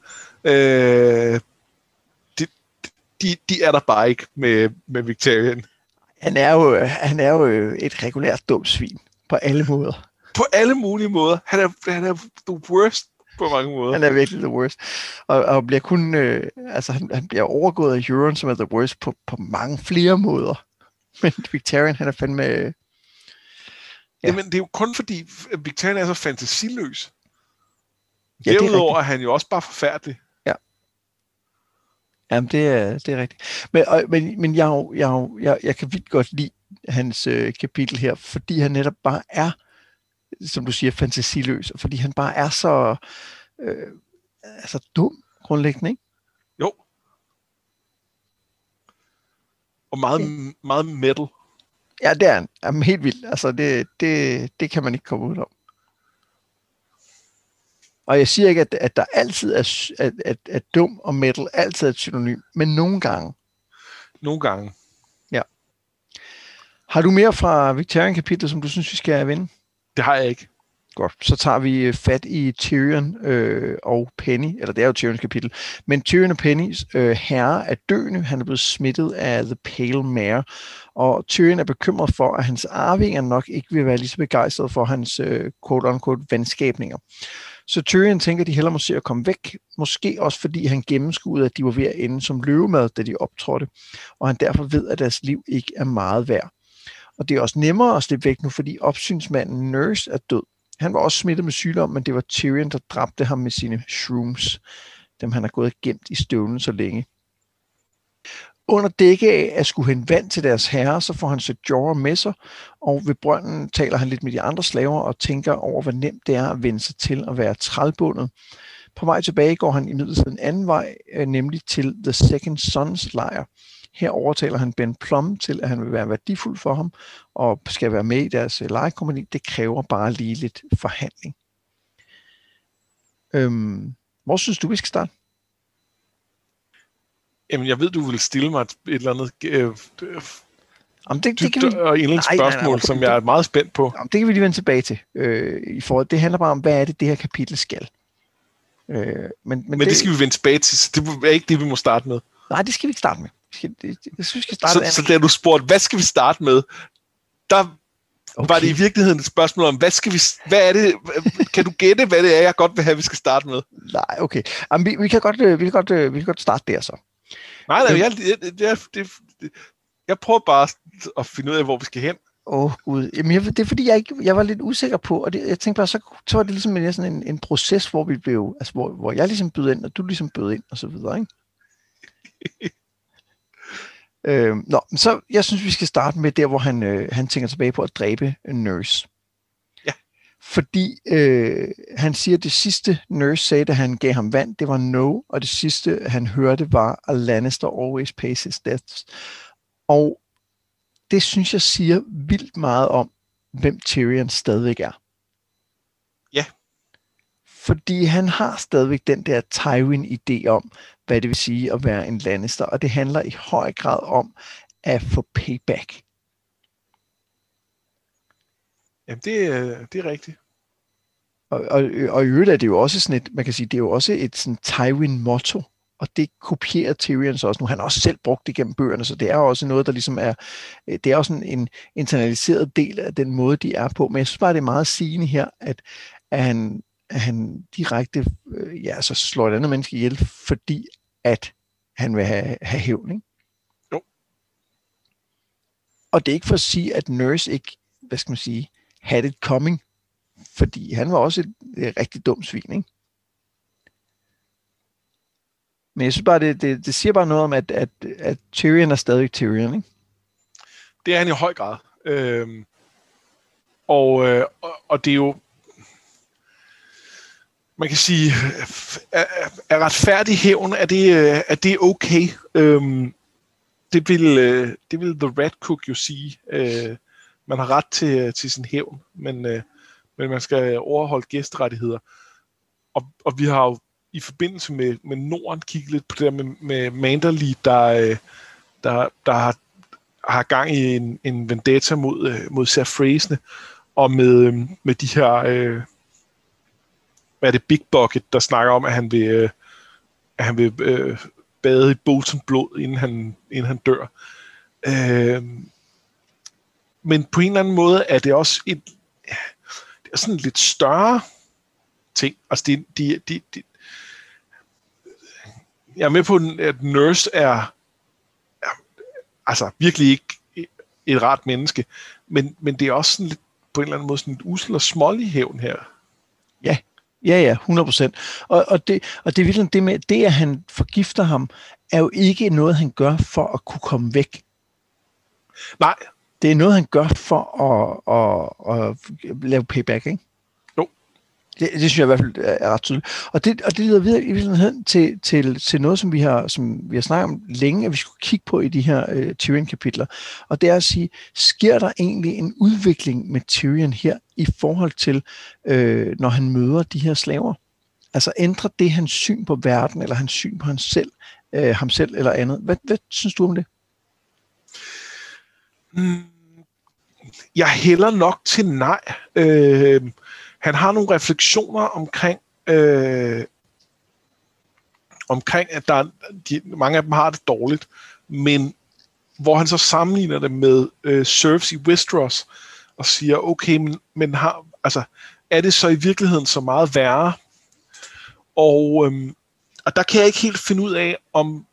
de er der bare ikke med Victarion. Han er jo et regulært dumt svin på alle måder. På alle mulige måder. Han er the worst på mange måder. Han er virkelig the worst. Og bliver kun... han bliver overgået af Euron, som er the worst på mange flere måder. Men Victarion, han er fandme... Ja. Jamen, det er jo kun fordi, Victarion er så fantasiløs. Ja, derudover er han jo også bare forfærdelig. Ja. Jamen, det er rigtigt. Men jeg kan vildt godt lide hans kapitel her, fordi han netop bare er, som du siger, fantasiløs, og fordi han bare er så dum, grundlæggende, ikke? Jo. Og meget metal. Ja, det er han. Jamen, helt vildt. Altså, det kan man ikke komme ud om. Og jeg siger ikke, at der altid at dum og metal altid er et synonym, men nogle gange. Nogle gange. Ja. Har du mere fra Victarion-kapitlet, som du synes, vi skal vinde? Det har jeg ikke. Godt, så tager vi fat i Tyrion og Penny, eller det er jo Tyrions kapitel, men Tyrion og Pennys herre er døende, han er blevet smittet af The Pale Mare, og Tyrion er bekymret for, at hans arvinger nok ikke vil være lige så begejstrede for hans quote-unquote vandskabninger. Så Tyrion tænker, at de hellere må se at komme væk, måske også fordi han gennemskuede, at de var ved at ende som løvemad, da de optrådte, og han derfor ved, at deres liv ikke er meget værd. Og det er også nemmere at slippe væk nu, fordi opsynsmanden Nurse er død. Han var også smittet med sygdom, men det var Tyrion, der dræbte ham med sine shrooms, dem han har gået gemt i støvlen så længe. Under dække af at skulle hente vand til deres herre, så får han Ser Jorah med sig, og ved brønden taler han lidt med de andre slaver og tænker over, hvor nemt det er at vende sig til at være trælbundet. På vej tilbage går han imidlertid en anden vej, nemlig til The Second Sons lejr. Her overtaler han Ben Plum til, at han vil være værdifuld for ham, og skal være med i deres lejekompagni. Det kræver bare lige lidt forhandling. Hvor synes du, vi skal starte? Jamen, jeg ved, du vil stille mig et eller andet det kan vi... og en spørgsmål, som jeg er meget spændt på. Jamen, det kan vi lige vende tilbage til. Det handler bare om, hvad er det her kapitel skal. Men det skal vi vende tilbage til, så det er ikke det, vi må starte med. Nej, det skal vi ikke starte med. Jeg synes, vi skal starte så da du spurgte, hvad skal vi starte med, der var det i virkeligheden et spørgsmål om, hvad er det, kan du gætte, hvad det er, jeg godt vil have, vi skal starte med? Nej, okay. Jamen, vi kan godt starte der så. Nej, jeg prøver bare at finde ud af, hvor vi skal hen. Gud. Jamen, det er fordi, jeg var lidt usikker på, og jeg tænkte bare, så var det ligesom sådan en proces, hvor vi blev, altså hvor jeg ligesom bød ind, og du ligesom bød ind, og så videre, ikke? Så jeg synes, vi skal starte med der, hvor han tænker tilbage på at dræbe Nurse. Ja. Fordi han siger, at det sidste Nurse sagde, da han gav ham vand, det var no, og det sidste, han hørte, var a Lannister always pays his debts. Og det synes jeg siger vildt meget om, hvem Tyrion stadigvæk er. Ja. fordi han har stadigvæk den der Tywin-idé om, hvad det vil sige at være en Lannister, og det handler i høj grad om at få payback. Jamen, det er rigtigt. Og i øvrigt er det jo også sådan et, man kan sige, det er jo også et sådan Tywin-motto, og det kopierer Tyrion så også nu. Han har også selv brugt det gennem bøgerne, så det er også noget, der ligesom er, det er også en internaliseret del af den måde, de er på. Men jeg synes bare, det er meget sigende her, at han direkte så slår et andet menneske ihjel, fordi at han vil have hævn, ikke? Jo. Og det er ikke for at sige, at Nurse ikke, hvad skal man sige, had it coming, fordi han var også et rigtig dumt svin, ikke? Men jeg synes bare, det siger bare noget om, at Tyrion er stadig Tyrion, ikke? Det er han i høj grad. Og det er jo, man kan sige, er retfærdig hævn, er det okay? Det vil The Red Cook jo sige. Man har ret til sin hævn, men man skal overholde gæsterettigheder. Og vi har jo i forbindelse med Norden kigget lidt på det der med Manderly, der har gang i en vendetta mod Serfresene, og med de her, hvad er det, Big Bucket, der snakker om, at han vil bade i Bolton blod, inden han dør. Men på en eller anden måde er det også det er sådan en lidt større ting. Altså jeg er med på, at Nurse er altså virkelig ikke et rart menneske, men det er også sådan lidt, på en eller anden måde sådan et usel og smålig hævn her. Ja, 100%. Og det er virkelig det med, det at han forgifter ham, er jo ikke noget, han gør for at kunne komme væk. Nej. Det er noget, han gør for at lave payback, ikke? Jo. Det synes jeg i hvert fald er ret tydeligt. Og det leder videre i virkeligheden til noget, som vi har snakket om længe, at vi skulle kigge på i de her Tyrion-kapitler. Og det er at sige, sker der egentlig en udvikling med Tyrion her i forhold til, når han møder de her slaver? Altså ændrer det hans syn på verden, eller hans syn på ham selv eller andet? Hvad synes du om det? Jeg hælder nok til nej. Han har nogle refleksioner omkring at mange af dem har det dårligt, men hvor han så sammenligner det med serfs i Westeros og siger, okay, men er det så i virkeligheden så meget værre? Og der kan jeg ikke helt finde ud af, om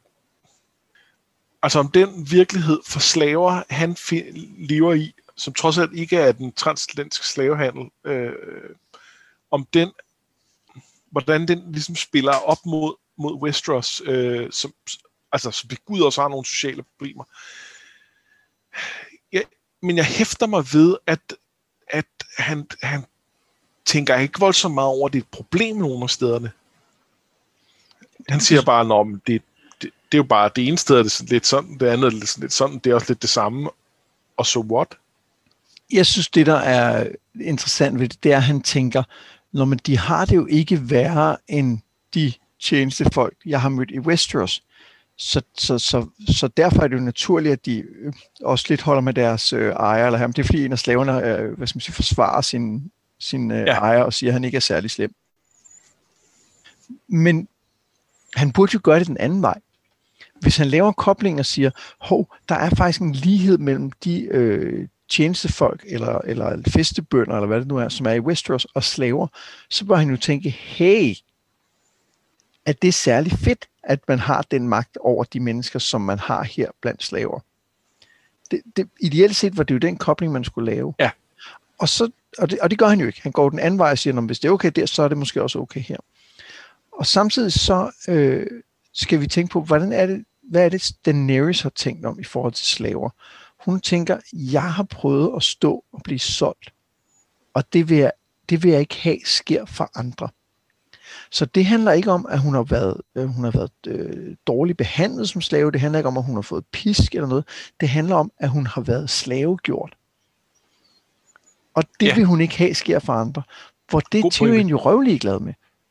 den virkelighed for slaver, han lever i, som trods alt ikke er den transatlantiske slavehandel, hvordan den ligesom spiller op mod Westeros, som Gud også har nogle sociale problemer. Men jeg hæfter mig ved, at han tænker ikke voldsomt meget over, at det er et problem nogle af stederne. Han siger bare, at det er jo bare det ene sted, er det lidt sådan, det andet er lidt sådan, det er også lidt det samme, og so what? Jeg synes, det der er interessant ved det er, at han tænker, men de har det jo ikke værre end de tjenestefolk, jeg har mødt i Westeros. Så derfor er det jo naturligt, at de også lidt holder med deres ejer, eller ham. Det er fordi en af slaverne forsvarer sin ejer og siger, at han ikke er særlig slem. Men han burde jo gøre det den anden vej. Hvis han laver en kobling og siger, der er faktisk en lighed mellem de tjenestefolk, eller festebønder, eller hvad det nu er, som er i Westeros, og slaver, så bør han jo tænke, at det er særlig fedt, at man har den magt over de mennesker, som man har her blandt slaver. Ideelt set var det jo den kobling, man skulle lave. Ja. Og det gør han jo ikke. Han går den anden vej og siger, hvis det er okay der, så er det måske også okay her. Og samtidig så skal vi tænke på, hvad er det, Daenerys har tænkt om i forhold til slaver. Hun tænker, jeg har prøvet at stå og blive solgt, og det vil jeg ikke have sker for andre. Så det handler ikke om, at hun har været dårligt behandlet som slave. Det handler ikke om, at hun har fået pisk eller noget. Det handler om, at hun har været slavegjort. Og det vil hun ikke have sker for andre. Hvor det er Tyrion jo røvlig glad med.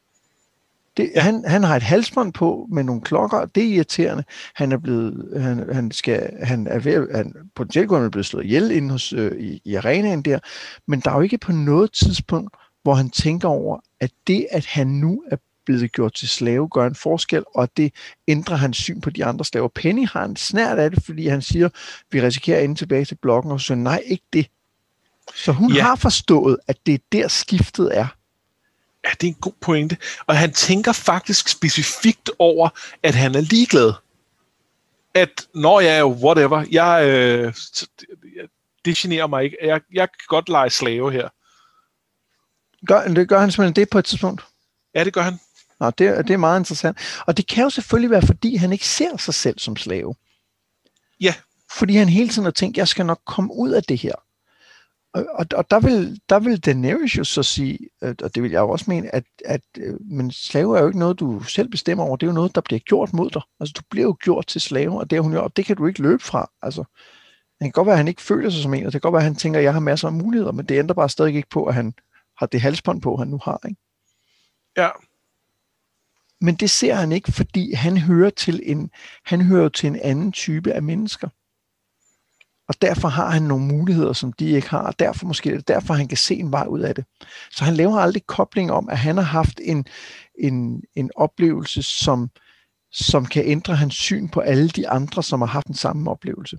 Han har et halsbånd på med nogle klokker, det er irriterende. Han er blevet, han potentielt er blevet slået ihjel inde hos, i arenaen der, men der er jo ikke på noget tidspunkt, hvor han tænker over, at det, at han nu er blevet gjort til slave, gør en forskel, og det ændrer hans syn på de andre slaver. Penny har en snært af det, fordi han siger, vi risikerer at ende tilbage til blokken, og så nej, ikke det. Så hun har forstået, at det er der skiftet er. Ja, det er en god pointe. Og han tænker faktisk specifikt over, at han er ligeglad. At, når jeg er whatever, det generer mig ikke. Jeg kan godt lege slave her. Gør han simpelthen det på et tidspunkt? Ja, det gør han. Nå, det er meget interessant. Og det kan jo selvfølgelig være, fordi han ikke ser sig selv som slave. Ja. Fordi han hele tiden har tænkt, jeg skal nok komme ud af det her. Og der vil Daenerys jo så sige, og det vil jeg jo også mene, at men slave er jo ikke noget, du selv bestemmer over. Det er jo noget, der bliver gjort mod dig. Altså, du bliver jo gjort til slave, og det er hun jo, og det kan du ikke løbe fra. Altså, det kan godt være, at han ikke føler sig som en, og det kan godt være, at han tænker, at jeg har masser af muligheder, men det ændrer bare stadig ikke på, at han har det halsbånd på, han nu har, ikke? Ja. Men det ser han ikke, fordi han hører til en anden type af mennesker. Og derfor har han nogle muligheder, som de ikke har, og derfor han kan se en vej ud af det. Så han laver aldrig kobling om, at han har haft en oplevelse, som kan ændre hans syn på alle de andre, som har haft den samme oplevelse.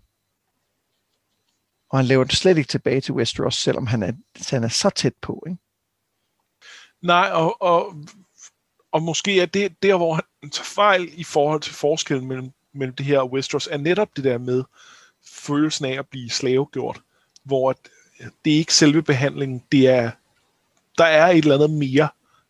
Og han laver det slet ikke tilbage til Westeros, selvom han er så tæt på, ikke? Nej, og måske er det der, hvor han tager fejl i forhold til forskellen mellem det her og Westeros, er netop det der med følelsen af at blive slavegjort, hvor det er ikke selve behandlingen, der er et eller andet mere,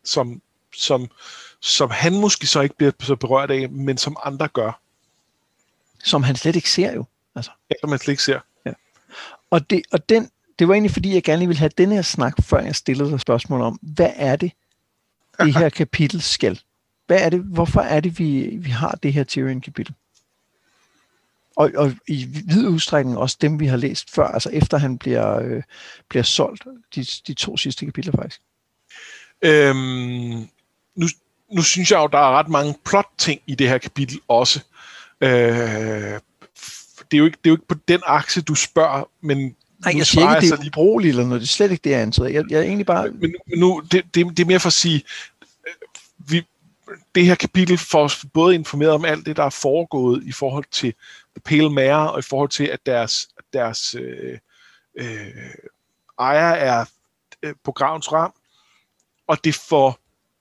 som han måske så ikke bliver så berørt af, men som andre gør. Som han slet ikke ser jo. Altså. Ja, som han slet ikke ser. Ja. Og det var egentlig, fordi jeg gerne ville have den her snak, før jeg stillede dig spørgsmål om, hvad er det her kapitel skal? Hvad er det, hvorfor er det, vi har det her Tyrion-kapitel? Og i vid udstrækning også dem, vi har læst før, altså efter han bliver solgt, de 2 sidste kapitler faktisk. Nu synes jeg jo, der er ret mange plot-ting i det her kapitel også. Det er jo ikke på den akse, du spørger, men... Nej, jeg siger ikke, det er ubrugelig eller noget. Det er slet ikke det, jeg antager. Jeg er egentlig bare... Men nu, det er mere for at sige, det her kapitel får os både informeret om alt det, der er foregået i forhold til The Pale Mare, og i forhold til, at deres ejer er på gravens ram, og det får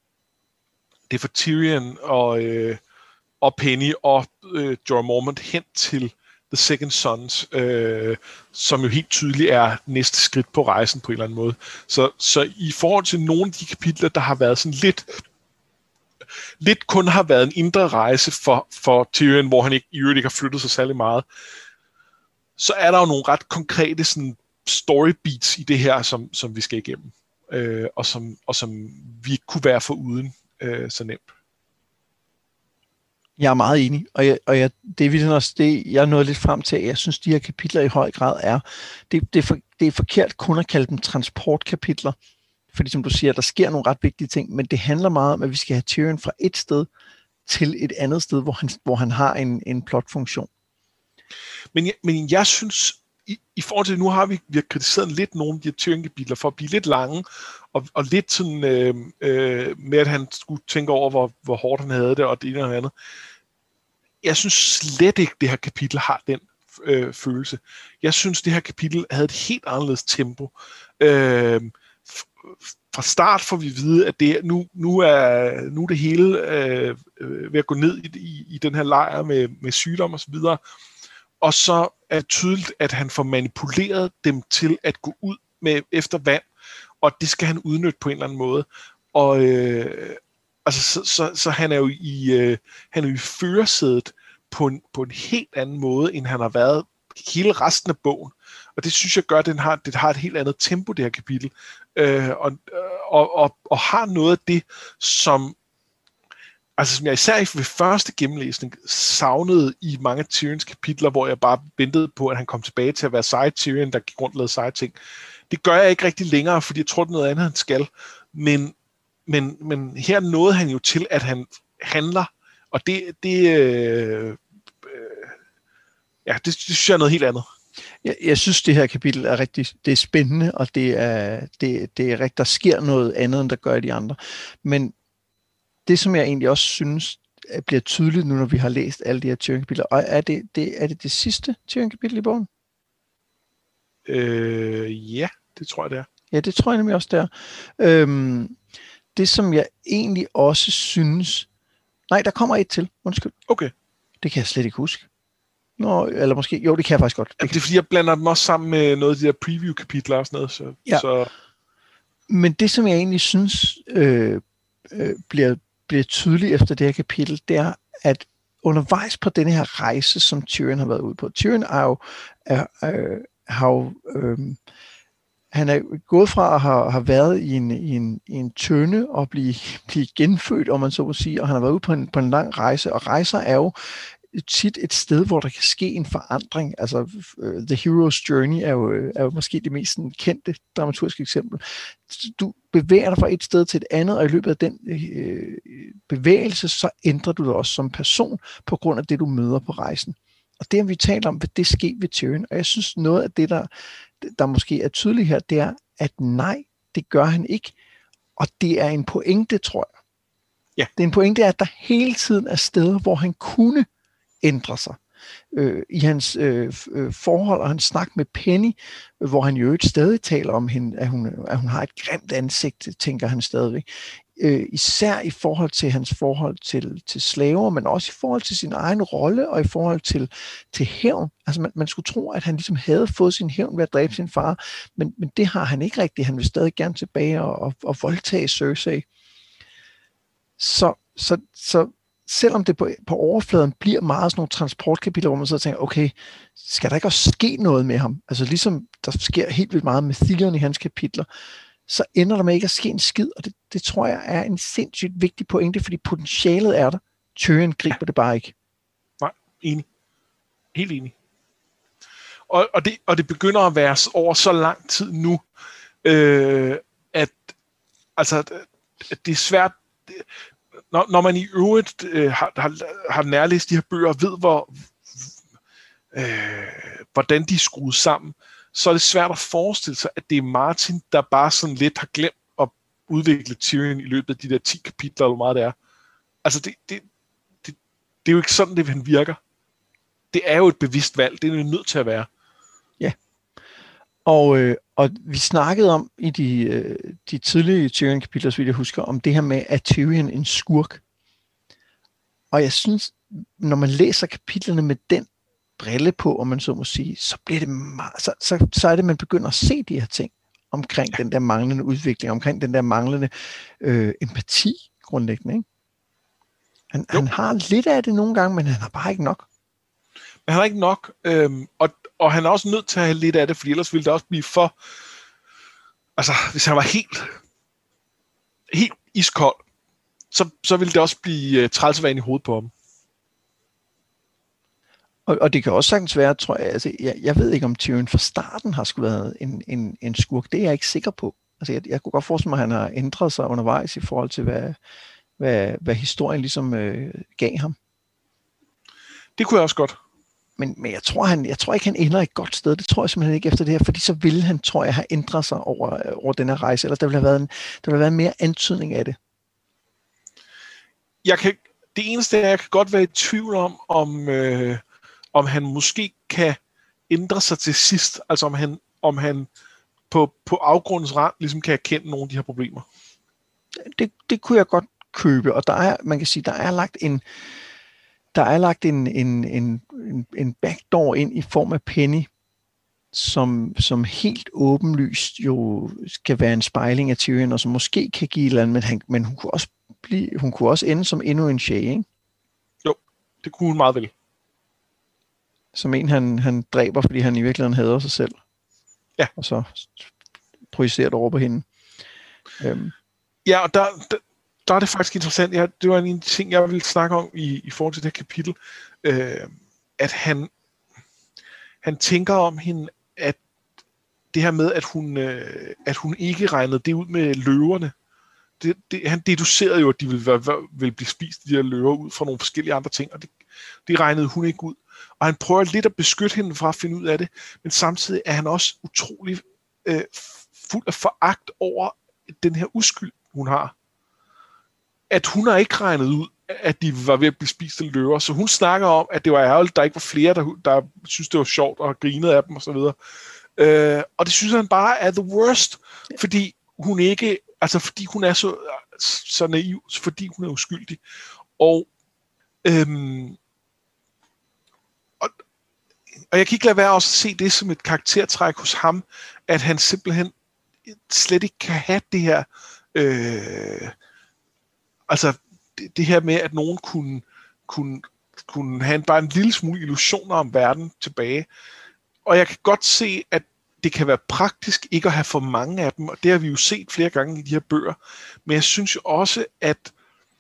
Tyrion og Penny og Jorah Mormont hen til The Second Sons, som jo helt tydeligt er næste skridt på rejsen på en eller anden måde. Så i forhold til nogle af de kapitler, der har været sådan lidt kun har været en indre rejse for Tyrion, hvor han i øvrigt ikke har flyttet sig særlig meget, så er der jo nogle ret konkrete sådan, story beats i det her, som vi skal igennem, og som vi ikke kunne være foruden så nemt. Jeg er meget enig, og det er virkelig også det, jeg nåede lidt frem til. Jeg synes, de her kapitler i høj grad er, det er forkert kun at kalde dem transportkapitler, fordi som du siger, der sker nogle ret vigtige ting, men det handler meget om, at vi skal have Tyrion fra et sted til et andet sted, hvor han har en plotfunktion. Men jeg synes, i forhold til, nu har vi har kritiseret lidt nogle af de her Tyrion-kapitler for at blive lidt lange, og lidt sådan med, at han skulle tænke over, hvor hårdt han havde det, og det ene og det andet. Jeg synes slet ikke, det her kapitel har den følelse. Jeg synes, det her kapitel havde et helt anderledes tempo. Fra start får vi vide, at nu er det hele ved at gå ned i den her lejr med sygdom og så videre. Og så er det tydeligt, at han får manipuleret dem til at gå ud efter vand, og det skal han udnytte på en eller anden måde. Og så han er jo i førersædet på en helt anden måde, end han har været hele resten af bogen. Og det synes jeg gør, at det har et helt andet tempo, det her kapitel. Og har noget af det, som jeg især ved første gennemlæsning savnede i mange af Tyrions kapitler, hvor jeg bare ventede på, at han kom tilbage til at være side Tyrion, der gik rundt og lavede seje ting. Det gør jeg ikke rigtig længere, fordi jeg tror, det er noget andet, han skal. Men men her nåede han jo til, at han handler, og det synes jeg er noget helt andet. Jeg synes, det her kapitel er det er spændende, og det er rigtigt, der sker noget andet, end der gør i de andre. Men det, som jeg egentlig også synes, bliver tydeligt nu, når vi har læst alle de her Tyrion-kapitler, og er det sidste Tyrion-kapitel i bogen? Ja, det tror jeg, det er. Ja, det tror jeg nemlig også, det er. Det, som jeg egentlig også synes... Nej, der kommer et til. Undskyld. Okay. Det kan jeg slet ikke huske. Nå, eller måske... Jo, det kan jeg faktisk godt. Det er fordi, jeg blander dem også sammen med noget af de der preview-kapitler og sådan noget. Så. Men det, som jeg egentlig synes bliver tydeligt efter det her kapitel, det er, at undervejs på denne her rejse, som Tyrion har været ude på. Tyrion han er gået fra at have været i en tønde og blive genfødt, om man så må sige, og han har været ude på en lang rejse, og rejser er jo tit et sted, hvor der kan ske en forandring. Altså, The Hero's Journey er jo måske det mest kendte dramaturgiske eksempel. Du bevæger dig fra et sted til et andet, og i løbet af den bevægelse, så ændrer du dig også som person, på grund af det, du møder på rejsen. Og det, vi taler om, vil det ske ved Tyrion. Og jeg synes, noget af det, der måske er tydeligt her, det er, at nej, det gør han ikke. Og det er en pointe, tror jeg. Ja. Det er en pointe, at der hele tiden er steder, hvor han kunne ændre sig. I hans forhold og hans snak med Penny, hvor han jo stadig taler om hende, at hun har et grimt ansigt, tænker han stadigvæk. Især i forhold til hans forhold til slaver, men også i forhold til sin egen rolle og i forhold til hævn. Altså man skulle tro, at han ligesom havde fået sin hævn ved at dræbe sin far, men det har han ikke rigtigt. Han vil stadig gerne tilbage og voldtage Cersei. Så selvom det på overfladen bliver meget sådan nogle transportkapitler, hvor man så tænker, okay, skal der ikke også ske noget med ham? Altså ligesom der sker helt vildt meget med Theon i hans kapitler, så ender der med ikke at ske en skid, og det tror jeg er en sindssygt vigtig pointe, fordi potentialet er der. Tyrion griber det bare ikke. Nej, enig. Helt enig. Og det begynder at være over så lang tid nu, at det er svært, når man i øvrigt har nærlæst de her bøger og ved, hvordan de er skruet sammen, så er det svært at forestille sig, at det er Martin, der bare sådan lidt har glemt at udvikle Tyrion i løbet af de der 10 kapitler, eller hvor meget det er. Altså, det er jo ikke sådan, det han virker. Det er jo et bevidst valg. Det er jo nødt til at være. Ja. Og vi snakkede om i de tidlige Tyrion-kapitler, så vidt jeg husker, om det her med, at Tyrion en skurk. Og jeg synes, når man læser kapitlerne med den brille på, om man så må sige, så bliver det så er det, man begynder at se de her ting omkring den der manglende udvikling, omkring den der manglende empati grundlæggende, ikke? Han har lidt af det nogle gange, men han har bare ikke nok. Men han har ikke nok, og han er også nødt til at have lidt af det, fordi ellers ville det også blive for... Altså, hvis han var helt iskold, så ville det også blive trælsvand i hovedet på ham. Og det kan også sagtens være, tror jeg, altså, jeg ved ikke, om Tyrion fra starten har skulle været en skurk. Det er jeg ikke sikker på. Altså, jeg kunne godt forestille mig, at han har ændret sig undervejs i forhold til, hvad historien ligesom gav ham. Det kunne jeg også godt. Men jeg tror ikke, han ender et godt sted. Det tror jeg simpelthen ikke efter det her, fordi så ville han, tror jeg, have ændret sig over den her rejse. Ellers der ville have været mere antydning af det. Det eneste er, jeg kan godt være i tvivl om han måske kan ændre sig til sidst. Altså om han på afgrundens rand ligesom kan erkende nogle af de her problemer. Det kunne jeg godt købe, og man kan sige, der er lagt en backdoor ind i form af Penny, som helt åbenlyst jo skal være en spejling af Tyrion, og som måske kan give et eller andet, men hun kunne også ende som endnu en Shay, ikke? Jo, det kunne hun meget vel. Som en, han dræber, fordi han i virkeligheden hader sig selv. Ja. Og så projicerer det over på hende. Ja, og der er det faktisk interessant. Det var en ting, jeg ville snakke om i forhold til det her kapitel. At han tænker om hende, at det her med, at hun ikke regnede det ud med løverne, han deducerede jo, at de ville blive spist, de her løver, ud fra nogle forskellige andre ting, og det regnede hun ikke ud. Og han prøver lidt at beskytte hende fra at finde ud af det, men samtidig er han også utrolig fuld af foragt over den her uskyld, hun har. At hun har ikke regnet ud, at de var ved at blive spist af løver, så hun snakker om, at det var ærgerligt, der ikke var flere, der synes, det var sjovt og grinede af dem osv. Og det synes han bare er the worst, fordi hun ikke, altså fordi hun er så naiv, fordi hun er uskyldig. Og jeg kan ikke lade være også at se det som et karaktertræk hos ham, at han simpelthen slet ikke kan have det her, altså det her med, at nogen kunne have bare en lille smule illusioner om verden tilbage. Og jeg kan godt se, at det kan være praktisk ikke at have for mange af dem, og det har vi jo set flere gange i de her bøger. Men jeg synes jo også, at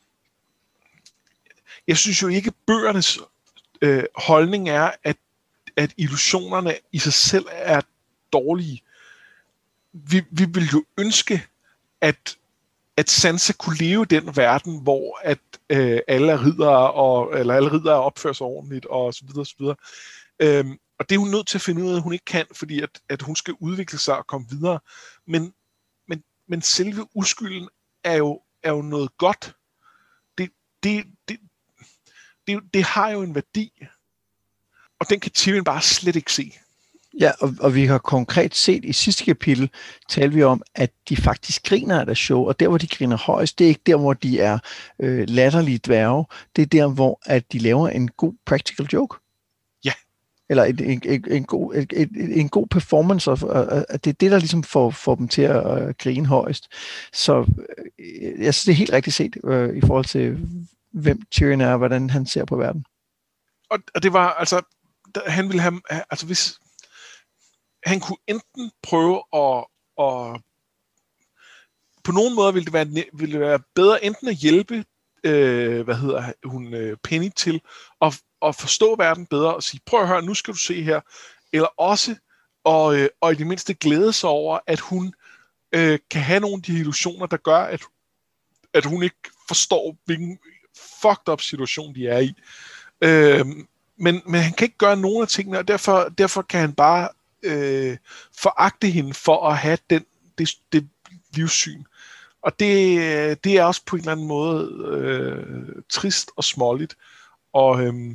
jeg synes jo ikke, bøgernes holdning er, at illusionerne i sig selv er dårlige. Vi vil jo ønske, at Sansa kunne leve i den verden, hvor at alle riddere opfører sig ordentligt og så videre og så videre. Og det er hun nødt til at finde ud af, at hun ikke kan, fordi at hun skal udvikle sig og komme videre. Men selve uskylden er jo noget godt. Det har jo en værdi, og den kan Tyrion bare slet ikke se. Ja, og vi har konkret set i sidste kapitel, talte vi om, at de faktisk griner af deres show, og der, hvor de griner højst, det er ikke der, hvor de er latterlige dværge, det er der, hvor at de laver en god practical joke. Ja. Eller en god performance, og det er det, der ligesom får dem til at grine højst. Så jeg synes, det er helt rigtigt set i forhold til, hvem Tyrion er, og hvordan han ser på verden. Og det var, altså, han ville have, altså hvis han kunne enten prøve at på nogen måde ville det være bedre enten at hjælpe Penny til at forstå verden bedre og sige, prøv at høre, nu skal du se her, eller også og i det mindste glæde sig over, at hun kan have nogle af de illusioner, der gør, at hun ikke forstår, hvilken fucked up situation de er i. Men han kan ikke gøre nogen af tingene, og derfor kan han bare foragte hende for at have det livssyn. Og det er også på en eller anden måde trist og småligt, og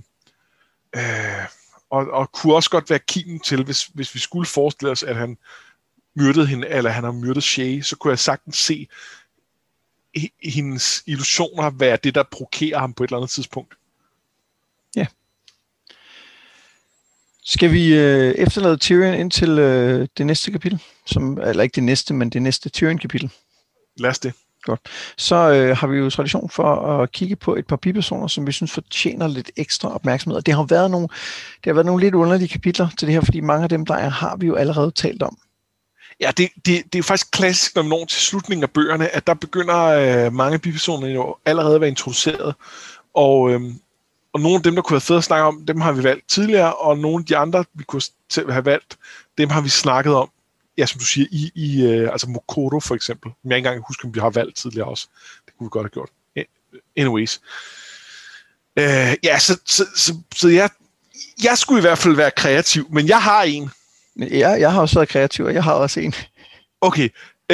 kunne også godt være kimen til, hvis vi skulle forestille os, at han myrdede hende, eller han har myrdet Shay, så kunne jeg sagtens se hendes illusioner være det, der provokerer ham på et eller andet tidspunkt. Ja. Skal vi efterlade Tyrion ind til det næste kapitel? Eller ikke det næste, men det næste Tyrion-kapitel. Lad os det. Godt. Så har vi jo tradition for at kigge på et par bipersoner, som vi synes fortjener lidt ekstra opmærksomhed. Og det har været nogle lidt underlige kapitler til det her, fordi mange af dem, der har vi jo allerede talt om. Ja, det er faktisk klassisk, når vi når til slutningen af bøgerne, at der begynder mange bipersoner jo allerede at være introduceret. Og nogle af dem, der kunne være fede at snakke om, dem har vi valgt tidligere, og nogle af de andre, vi kunne have valgt, dem har vi snakket om. Ja, som du siger, altså Mokoto for eksempel. Men jeg ikke engang husker, om vi har valgt tidligere også. Det kunne vi godt have gjort. Anyways. Ja, så jeg skulle i hvert fald være kreativ, men jeg har en. Jeg har også været kreativ, og jeg har også en. Okay.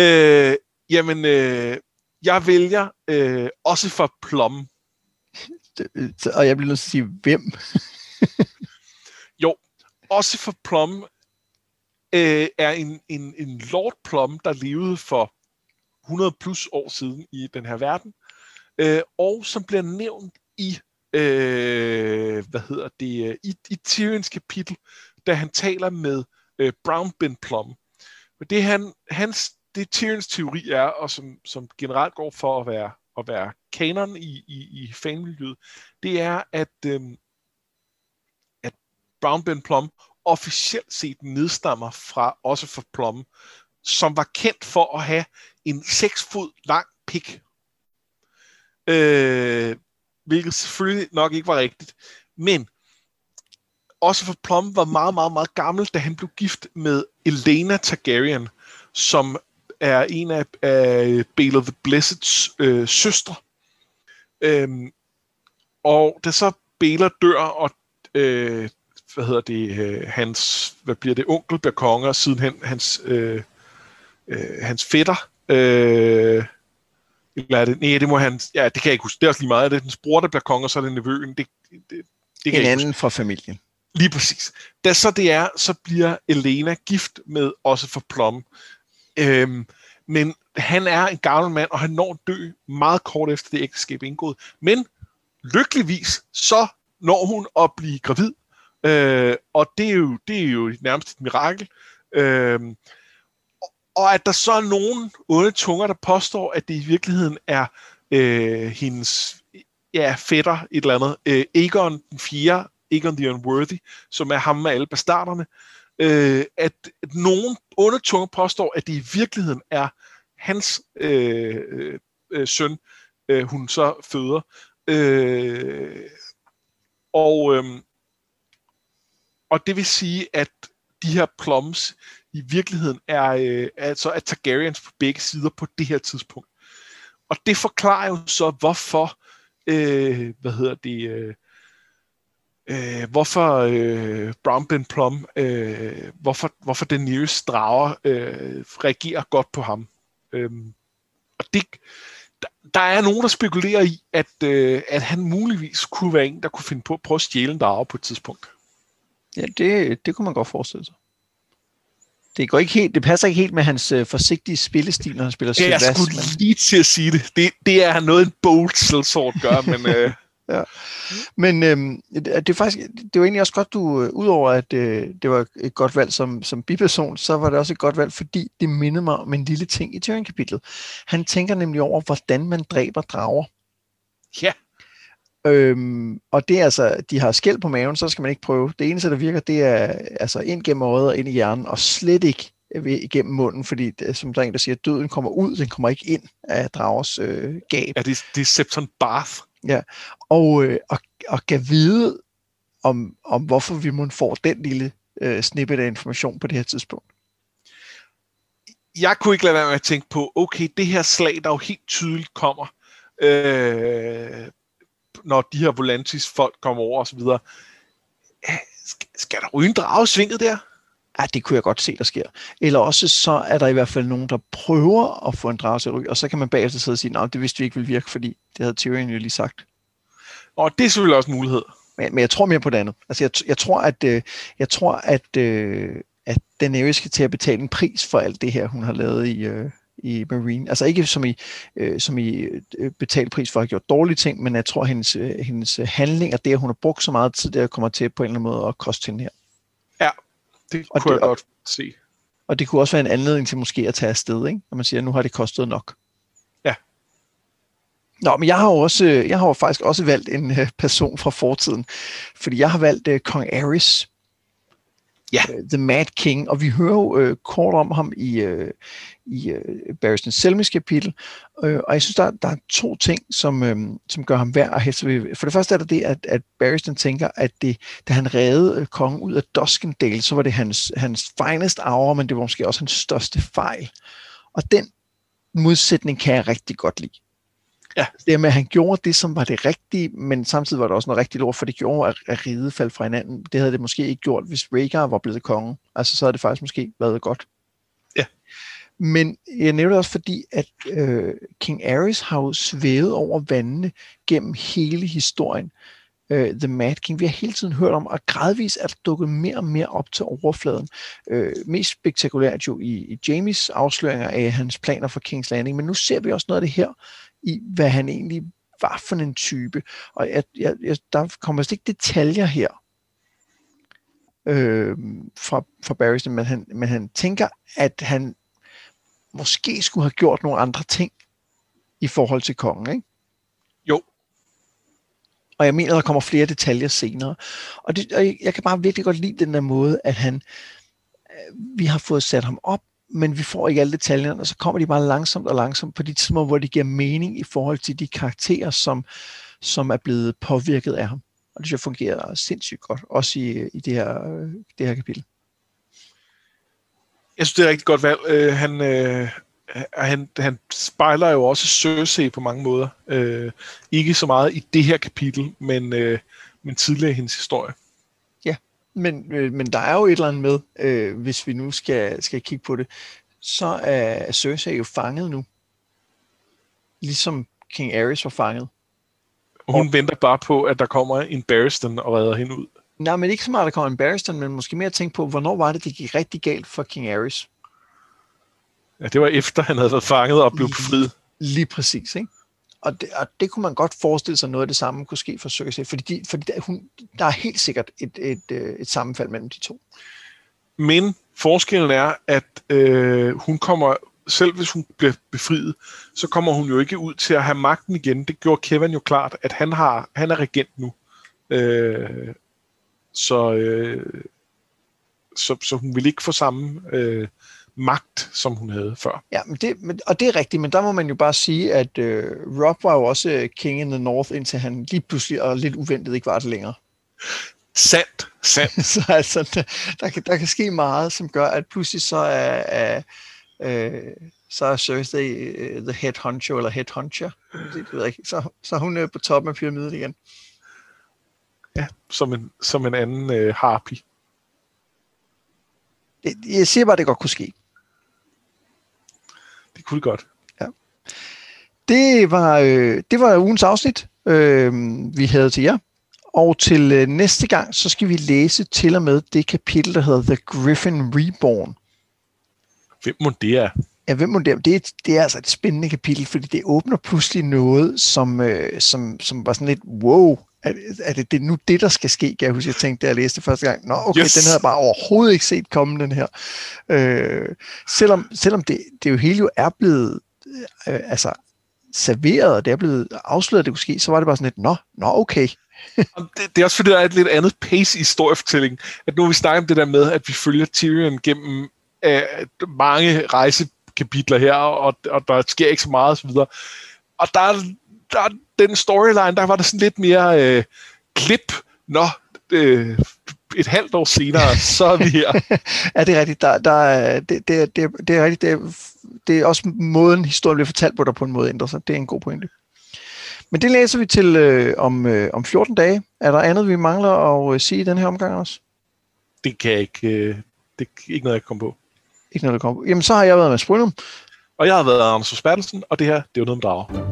Jeg vælger også for Plum. Og jeg bliver nødt til at sige, hvem? Jo, også for Plum er en Lord Plum, der levede for 100 plus år siden i den her verden, og som bliver nævnt i i Tyrions kapitel, da han taler med Brownbin Plum. Men det Tyrions teori er, og som generelt går for at være kanon i fanmiljøet, det er, at Brownbin Plum officielt set nedstammer fra også for Plum, som var kendt for at have en 6 fod lang pik. Hvilket selvfølgelig nok ikke var rigtigt. Men også for Plum var meget, meget, meget gammel, da han blev gift med Elena Targaryen, som er en af Bale of the Blessed's søstre. Og da så Baelor dør, og hvad bliver det, onkel bliver konge, og sidenhen hans fætter, eller det, nej, det må han, ja, det kan jeg ikke huske, det er også lige meget, det er hans bror, der bliver konge, og så er det nevøen, det kan en anden fra familien. Lige præcis. Da så det er, så bliver Elena gift med også for Plum. Men han er en gammel mand, og han når at dø meget kort efter det ægteskab er indgået. Men lykkeligvis, så når hun at blive gravid. Og det er jo nærmest et mirakel. Og at der så er nogen onde tunger, der påstår, at det i virkeligheden er hendes fætter, et eller andet, Aegon den 4., Aegon the Unworthy, som er ham med alle bastarderne, at nogen onde tunger påstår, at det i virkeligheden er hans søn, hun så føder. Og det vil sige, at de her Plums i virkeligheden er Targaryens på begge sider på det her tidspunkt. Og det forklarer jo så, hvorfor hvorfor Brown Ben Plum, hvorfor Daenerys drager reagerer godt på ham. Og der er nogen, der spekulerer i, at han muligvis kunne være en, der kunne finde på at prøve at stjæle en drage på et tidspunkt. Ja, det kunne man godt forestille sig. Det passer ikke helt med hans forsigtige spillestil, når han spiller Sylvass. Jeg skulle lige til at sige det. Det er noget en bold sellsort gør, men... Ja. Men det er faktisk, det var egentlig også godt, du udover at det var et godt valg som biperson, så var det også et godt valg, fordi det mindede mig om en lille ting i Tyrion-kapitlet. Han tænker nemlig over, hvordan man dræber drager. Ja. Og det er altså, de har skæld på maven, så skal man ikke prøve. Det eneste, der virker, det er altså ind gennem øjet og ind i hjernen, og slet ikke igennem munden, fordi som der er en, der siger, at døden kommer ud, den kommer ikke ind af dragers gab. Ja, det er Septon Bath. Ja, og kan vide om hvorfor vi må få den lille snippet af information på det her tidspunkt. Jeg kunne ikke lade være med at tænke på, okay, det her slag, der jo helt tydeligt kommer, når de her Volantis folk kommer over og så videre. Skal der ryge en drage svinget der? Ja, det kunne jeg godt se, der sker. Eller også så er der i hvert fald nogen, der prøver at få en drage til at ryge, og så kan man bagefter sidde og sige, nej, det vidste vi ikke ville virke, fordi det havde Tyrion jo lige sagt. Og det er selvfølgelig også en mulighed. Men jeg tror mere på det andet. Altså, jeg tror, at Daenerys skal til at betale en pris for alt det her, hun har lavet i Meereen. Altså ikke som i betale pris for at have gjort dårlige ting, men jeg tror, hendes handling og det, at hun har brugt så meget tid, der kommer til på en eller anden måde at koste hende her. Ja, det kunne jeg godt se. Og det kunne også være en anledning til måske at tage afsted, ikke? Når man siger, at nu har det kostet nok. Ja. Nå, men jeg har jo faktisk også valgt en person fra fortiden, fordi jeg har valgt kong Aerys. Ja. The Mad King, og vi hører jo kort om ham i Barristan Selmys kapitel, og jeg synes, der er to ting, som gør ham værd at hæfte ved. For det første er der det, at Barristan tænker, at da han reddede kongen ud af Duskendale, så var det hans finest hour, men det var måske også hans største fejl. Og den modsætning kan jeg rigtig godt lide. Ja. Det med, at han gjorde det, som var det rigtige, men samtidig var det også noget rigtigt lort, for det gjorde, at riget faldt fra hinanden. Det havde det måske ikke gjort, hvis Rhaegar var blevet konge. Altså, så havde det faktisk måske været godt. Ja. Men jeg nævner også, fordi at King Aerys har jo svævet over vandene gennem hele historien. The Mad King. Vi har hele tiden hørt om, og gradvist er der dukket mere og mere op til overfladen. Mest spektakulært jo i Jaimes afsløringer af hans planer for King's Landing, men nu ser vi også noget af det her, i hvad han egentlig var for en type. Og der kommer ikke detaljer her fra Barristan, men han tænker, at han måske skulle have gjort nogle andre ting i forhold til kongen, ikke? Jo. Og jeg mener, der kommer flere detaljer senere. Og jeg kan bare virkelig godt lide den der måde, at vi har fået sat ham op, men vi får ikke alle detaljerne, og så kommer de bare langsomt og langsomt på de tidspunkter, hvor det giver mening i forhold til de karakterer, som er blevet påvirket af ham. Og det synes jeg fungerer sindssygt godt, også i det her kapitel. Jeg synes, det er et rigtig godt valg. han spejler jo også Cersei på mange måder. Ikke så meget i det her kapitel, men tidligere i hendes historie. Ja, men der er jo et eller andet med, hvis vi nu skal kigge på det, så er Cersei jo fanget nu. Ligesom King Aerys var fanget. Hun venter bare på, at der kommer en Barristan og redder hende ud. Nej, men ikke så meget, der kommer en Barristan, men måske mere at tænke på, hvornår var det gik rigtig galt for King Aerys. Ja, det var efter, han havde været fanget og blev befriet. Lige præcis, ikke? Og det kunne man godt forestille sig, noget af det samme kunne ske for Cersei, fordi der er helt sikkert et sammenfald mellem de to. Men forskellen er, at hun kommer, selv hvis hun bliver befriet, så kommer hun jo ikke ud til at have magten igen. Det gjorde Kevin jo klart, at han er regent nu. Så hun vil ikke få samme magt, som hun havde før. Ja, og det er rigtigt, men der må man jo bare sige, at Robb var jo også King in the North, indtil han lige pludselig og lidt uventet ikke var det længere. Sandt. Så altså, der kan ske meget, som gør, at pludselig så er Cersei the head honcho, eller head huncher. Det ved jeg ikke. Så hun er på toppen af pyramiden igen. Ja, som en anden harpy. Jeg siger bare, at det godt kunne ske. Det kunne det godt. Ja. Det var ugens afsnit, vi havde til jer. Og til næste gang, så skal vi læse til og med det kapitel, der hedder The Griffin Reborn. Hvem må det er? Ja, hvem må det er? Det er altså et spændende kapitel, fordi det åbner pludselig noget, som var sådan lidt, wow, er det nu det, der skal ske? Kan jeg huske, jeg tænkte, da jeg læste det første gang. Nå, okay, yes. Den havde jeg bare overhovedet ikke set komme, den her. Selvom det jo hele jo er blevet serveret, og det er blevet afsløret, at det kunne ske, så var det bare sådan lidt, nå, okay. Det er også fordi, der er et lidt andet pace i historiefortællingen, at nu vi snakker om det der med, at vi følger Tyrion gennem mange rejsekapitler her, og der sker ikke så meget osv. Og der den storyline, der var det sådan lidt mere klip. Nå, et halvt år senere, så er vi her. Ja, det er rigtigt. Det er rigtigt. Det er også måden, historien bliver fortalt på, der på en måde ændrer sig. Det er en god pointe. Men det læser vi til om 14 dage. Er der andet, vi mangler at sige i den her omgang også? Det kan jeg ikke. Det er ikke noget, jeg kan komme på. Ikke noget, der kommer på. Jamen, så har jeg været med Brynum. Og jeg har været Anders Bertelsen, og det her, det er jo noget med drager.